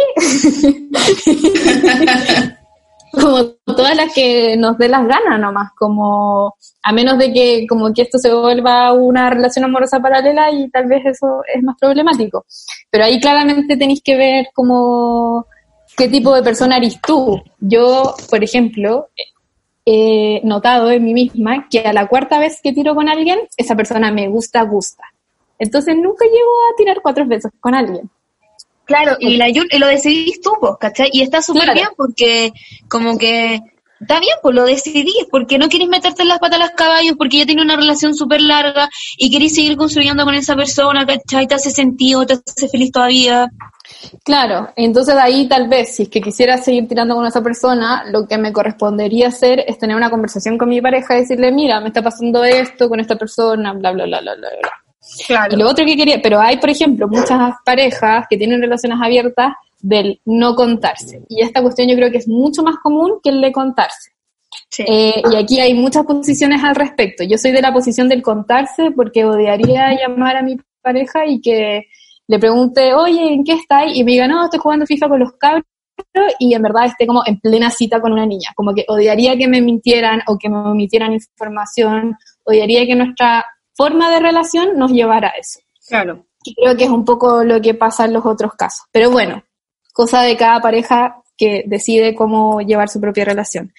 Speaker 6: Como todas las que nos dé las ganas nomás, como a menos de que como que esto se vuelva una relación amorosa paralela y tal vez eso es más problemático. Pero ahí claramente tenéis que ver como qué tipo de persona eres tú. Yo, por ejemplo, he notado en mí misma que a la cuarta vez que tiro con alguien, esa persona me gusta, gusta. Entonces nunca llego a tirar cuatro veces con alguien.
Speaker 5: Claro, y, la, y lo decidís tú, pues, ¿cachai? Y está súper claro. bien porque como que está bien, pues lo decidís, porque no querés meterte en las patas a los caballos, porque ya tienes una relación súper larga y querés seguir construyendo con esa persona, ¿cachai? Te hace sentido, te hace feliz todavía.
Speaker 6: Claro, entonces ahí tal vez, si es que quisiera seguir tirando con esa persona, lo que me correspondería hacer es tener una conversación con mi pareja y decirle, mira, me está pasando esto con esta persona, bla, bla, bla, bla, bla, bla. Claro. Y lo otro que quería, pero hay, por ejemplo, muchas parejas que tienen relaciones abiertas del no contarse. Y esta cuestión yo creo que es mucho más común que el de contarse. Sí. Eh, y aquí hay muchas posiciones al respecto. Yo soy de la posición del contarse porque odiaría llamar a mi pareja y que le pregunte, oye, ¿en qué estáis? Y me diga, no, estoy jugando FIFA con los cabros, y en verdad esté como en plena cita con una niña. Como que odiaría que me mintieran o que me omitieran información, odiaría que nuestra forma de relación nos llevara a eso.
Speaker 5: Claro.
Speaker 6: Y creo que es un poco lo que pasa en los otros casos. Pero bueno, cosa de cada pareja que decide cómo llevar su propia relación.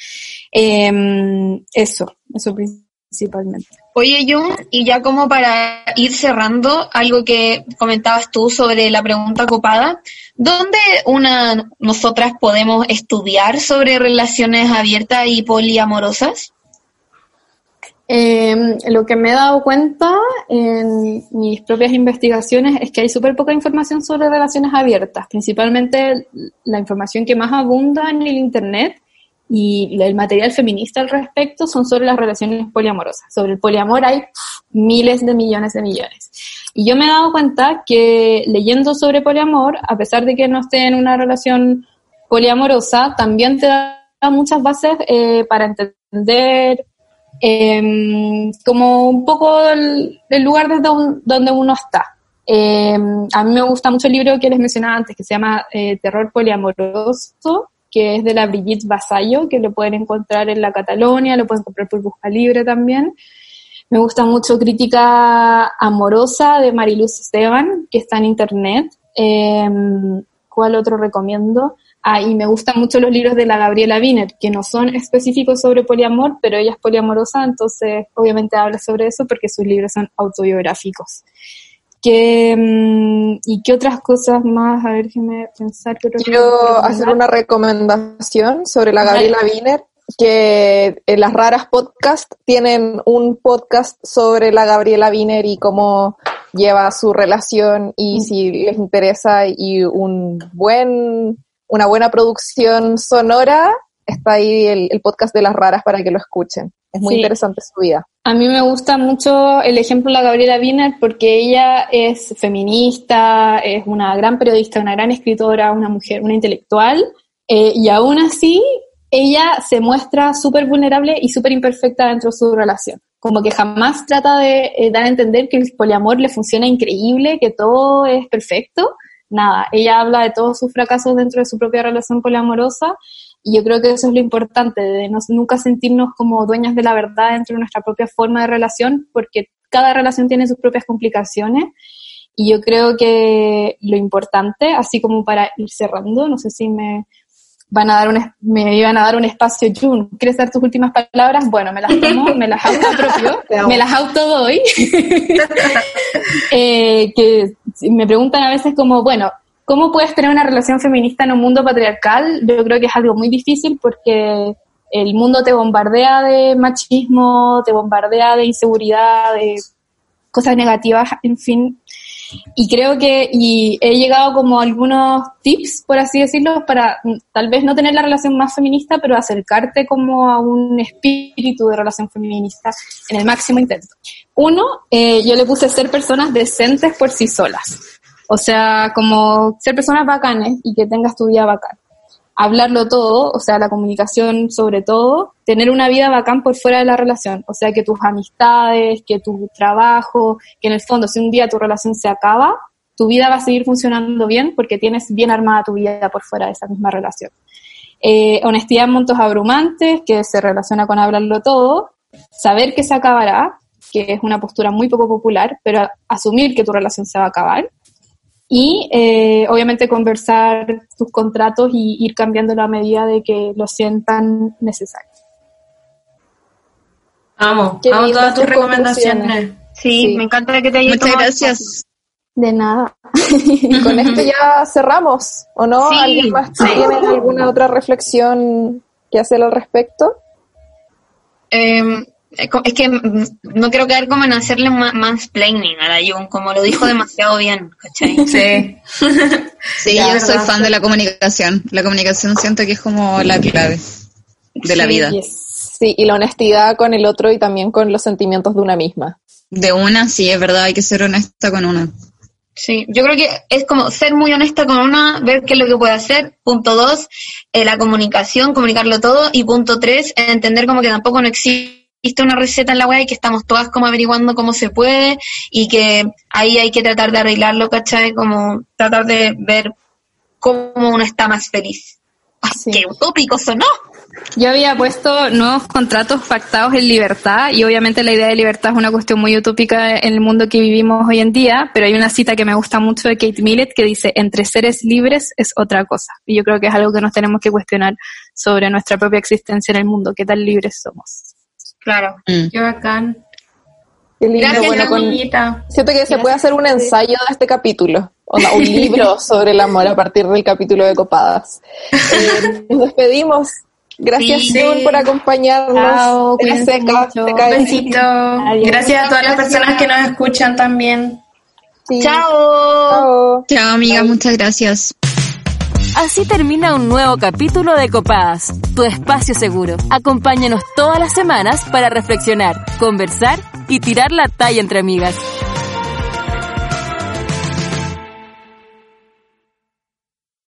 Speaker 6: Eh, eso, eso principalmente.
Speaker 5: Oye, Jun, y ya como para ir cerrando, algo que comentabas tú sobre la pregunta copada, ¿dónde una nosotras podemos estudiar sobre relaciones abiertas y poliamorosas?
Speaker 6: Eh, lo que me he dado cuenta en mis propias investigaciones es que hay súper poca información sobre relaciones abiertas, principalmente la información que más abunda en el internet y el material feminista al respecto son sobre las relaciones poliamorosas. Sobre el poliamor hay pff, miles de millones de millones. Y yo me he dado cuenta que leyendo sobre poliamor, a pesar de que no esté en una relación poliamorosa, también te da muchas bases eh, para entender Eh, como un poco el, el lugar desde un, donde uno está. Eh, a mí me gusta mucho el libro que les mencionaba antes, que se llama eh, Terror Poliamoroso, que es de la Brigitte Vasallo, que lo pueden encontrar en la Catalonia, lo pueden comprar por Busca Libre también. Me gusta mucho Crítica Amorosa de Mariluz Esteban, que está en internet. Eh, ¿Cuál otro recomiendo? Ah, y me gustan mucho los libros de la Gabriela Wiener, que no son específicos sobre poliamor, pero ella es poliamorosa, entonces obviamente habla sobre eso porque sus libros son autobiográficos. ¿Qué, ¿Y qué otras cosas más? A ver, déjeme pensar. ¿Qué
Speaker 3: Quiero hacer una recomendación sobre la Gabriela Wiener, que en Las Raras Podcast tienen un podcast sobre la Gabriela Wiener y cómo lleva su relación, y si les interesa y un buen... una buena producción sonora, está ahí el, el podcast de Las Raras para que lo escuchen. Es muy sí. interesante su vida.
Speaker 6: A mí me gusta mucho el ejemplo de la Gabriela Wiener porque ella es feminista, es una gran periodista, una gran escritora, una mujer, una intelectual, eh, y aún así ella se muestra súper vulnerable y súper imperfecta dentro de su relación. Como que jamás trata de eh, dar a entender que el poliamor le funciona increíble, que todo es perfecto. Nada, ella habla de todos sus fracasos dentro de su propia relación poliamorosa, y yo creo que eso es lo importante, de no, nunca sentirnos como dueñas de la verdad dentro de nuestra propia forma de relación, porque cada relación tiene sus propias complicaciones, y yo creo que lo importante, así como para ir cerrando, no sé si me van a dar un, me iban a dar un espacio, Jun, ¿quieres dar tus últimas palabras? Bueno, me las tomo, me las autoapropio, me las autodoy. eh, que me preguntan a veces como, bueno, ¿cómo puedes tener una relación feminista en un mundo patriarcal? Yo creo que es algo muy difícil porque el mundo te bombardea de machismo, te bombardea de inseguridad, de cosas negativas, en fin. Y creo que y he llegado como a algunos tips, por así decirlo, para tal vez no tener la relación más feminista, pero acercarte como a un espíritu de relación feminista en el máximo intento. Uno, eh, yo le puse ser personas decentes por sí solas. O sea, como ser personas bacanes y que tengas tu vida bacán. Hablarlo todo, o sea, la comunicación sobre todo, tener una vida bacán por fuera de la relación, o sea, que tus amistades, que tu trabajo, que en el fondo si un día tu relación se acaba, tu vida va a seguir funcionando bien porque tienes bien armada tu vida por fuera de esa misma relación. Eh, honestidad en montos abrumantes, que se relaciona con hablarlo todo, saber que se acabará, que es una postura muy poco popular, pero asumir que tu relación se va a acabar. Y eh, obviamente conversar tus contratos y ir cambiándolo a medida de que lo sientan necesario.
Speaker 2: Amo, amo todas tus recomendaciones.
Speaker 5: Sí, sí, me encanta que te hayas
Speaker 4: Muchas gracias.
Speaker 6: De nada.
Speaker 3: Y con esto ya cerramos, ¿o no?
Speaker 5: Sí,
Speaker 3: ¿Alguien más
Speaker 5: sí.
Speaker 3: tiene alguna otra reflexión que hacer al respecto?
Speaker 5: Eh, es que no quiero caer como en hacerle mansplaining a la Jun, como lo dijo demasiado bien, ¿cachai?
Speaker 2: Sí.
Speaker 4: Sí,
Speaker 2: Ya,
Speaker 4: yo soy
Speaker 2: verdad.
Speaker 4: fan de la comunicación. La comunicación siento que es como la clave de la
Speaker 3: Sí,
Speaker 4: vida.
Speaker 3: Sí, y la honestidad con el otro y también con los sentimientos de una misma.
Speaker 4: De una, sí, es verdad, hay que ser honesta con una.
Speaker 5: Sí, yo creo que es como ser muy honesta con una, ver qué es lo que puede hacer. Punto dos, eh, la comunicación, comunicarlo todo. Y punto tres, entender como que tampoco no existe una receta en la web y que estamos todas como averiguando cómo se puede y que ahí hay que tratar de arreglarlo, ¿cachai? Como tratar de ver cómo uno está más feliz. ¡Ay,
Speaker 6: Sí.
Speaker 5: qué utópico sonó!
Speaker 6: Yo había puesto nuevos contratos pactados en libertad y obviamente la idea de libertad es una cuestión muy utópica en el mundo que vivimos hoy en día, pero hay una cita que me gusta mucho de Kate Millett que dice, entre seres libres es otra cosa. Y yo creo que es algo que nos tenemos que cuestionar sobre nuestra propia existencia en el mundo, qué tan libres somos.
Speaker 5: Claro.
Speaker 4: Mm.
Speaker 2: Qué bacán.
Speaker 3: Qué lindo.
Speaker 2: Gracias,
Speaker 3: Bueno, con-
Speaker 2: amiguita.
Speaker 3: siento que se puede hacer un ensayo de este capítulo, o no, un libro sobre el amor a partir del capítulo de Copadas. Eh, nos despedimos. Gracias,
Speaker 5: Sí.
Speaker 3: Jun, por acompañarnos.
Speaker 6: Chao,
Speaker 3: Eres
Speaker 6: cuídense
Speaker 3: seca,
Speaker 6: mucho.
Speaker 3: seca de-
Speaker 2: Besito.
Speaker 6: Adiós.
Speaker 2: Gracias a todas las personas que nos escuchan también.
Speaker 3: Sí.
Speaker 5: ¡Chao!
Speaker 3: Chao.
Speaker 4: Chao, amiga, muchas gracias.
Speaker 1: Así termina un nuevo capítulo de Copadas, tu espacio seguro. Acompáñanos todas las semanas para reflexionar, conversar y tirar la talla entre amigas.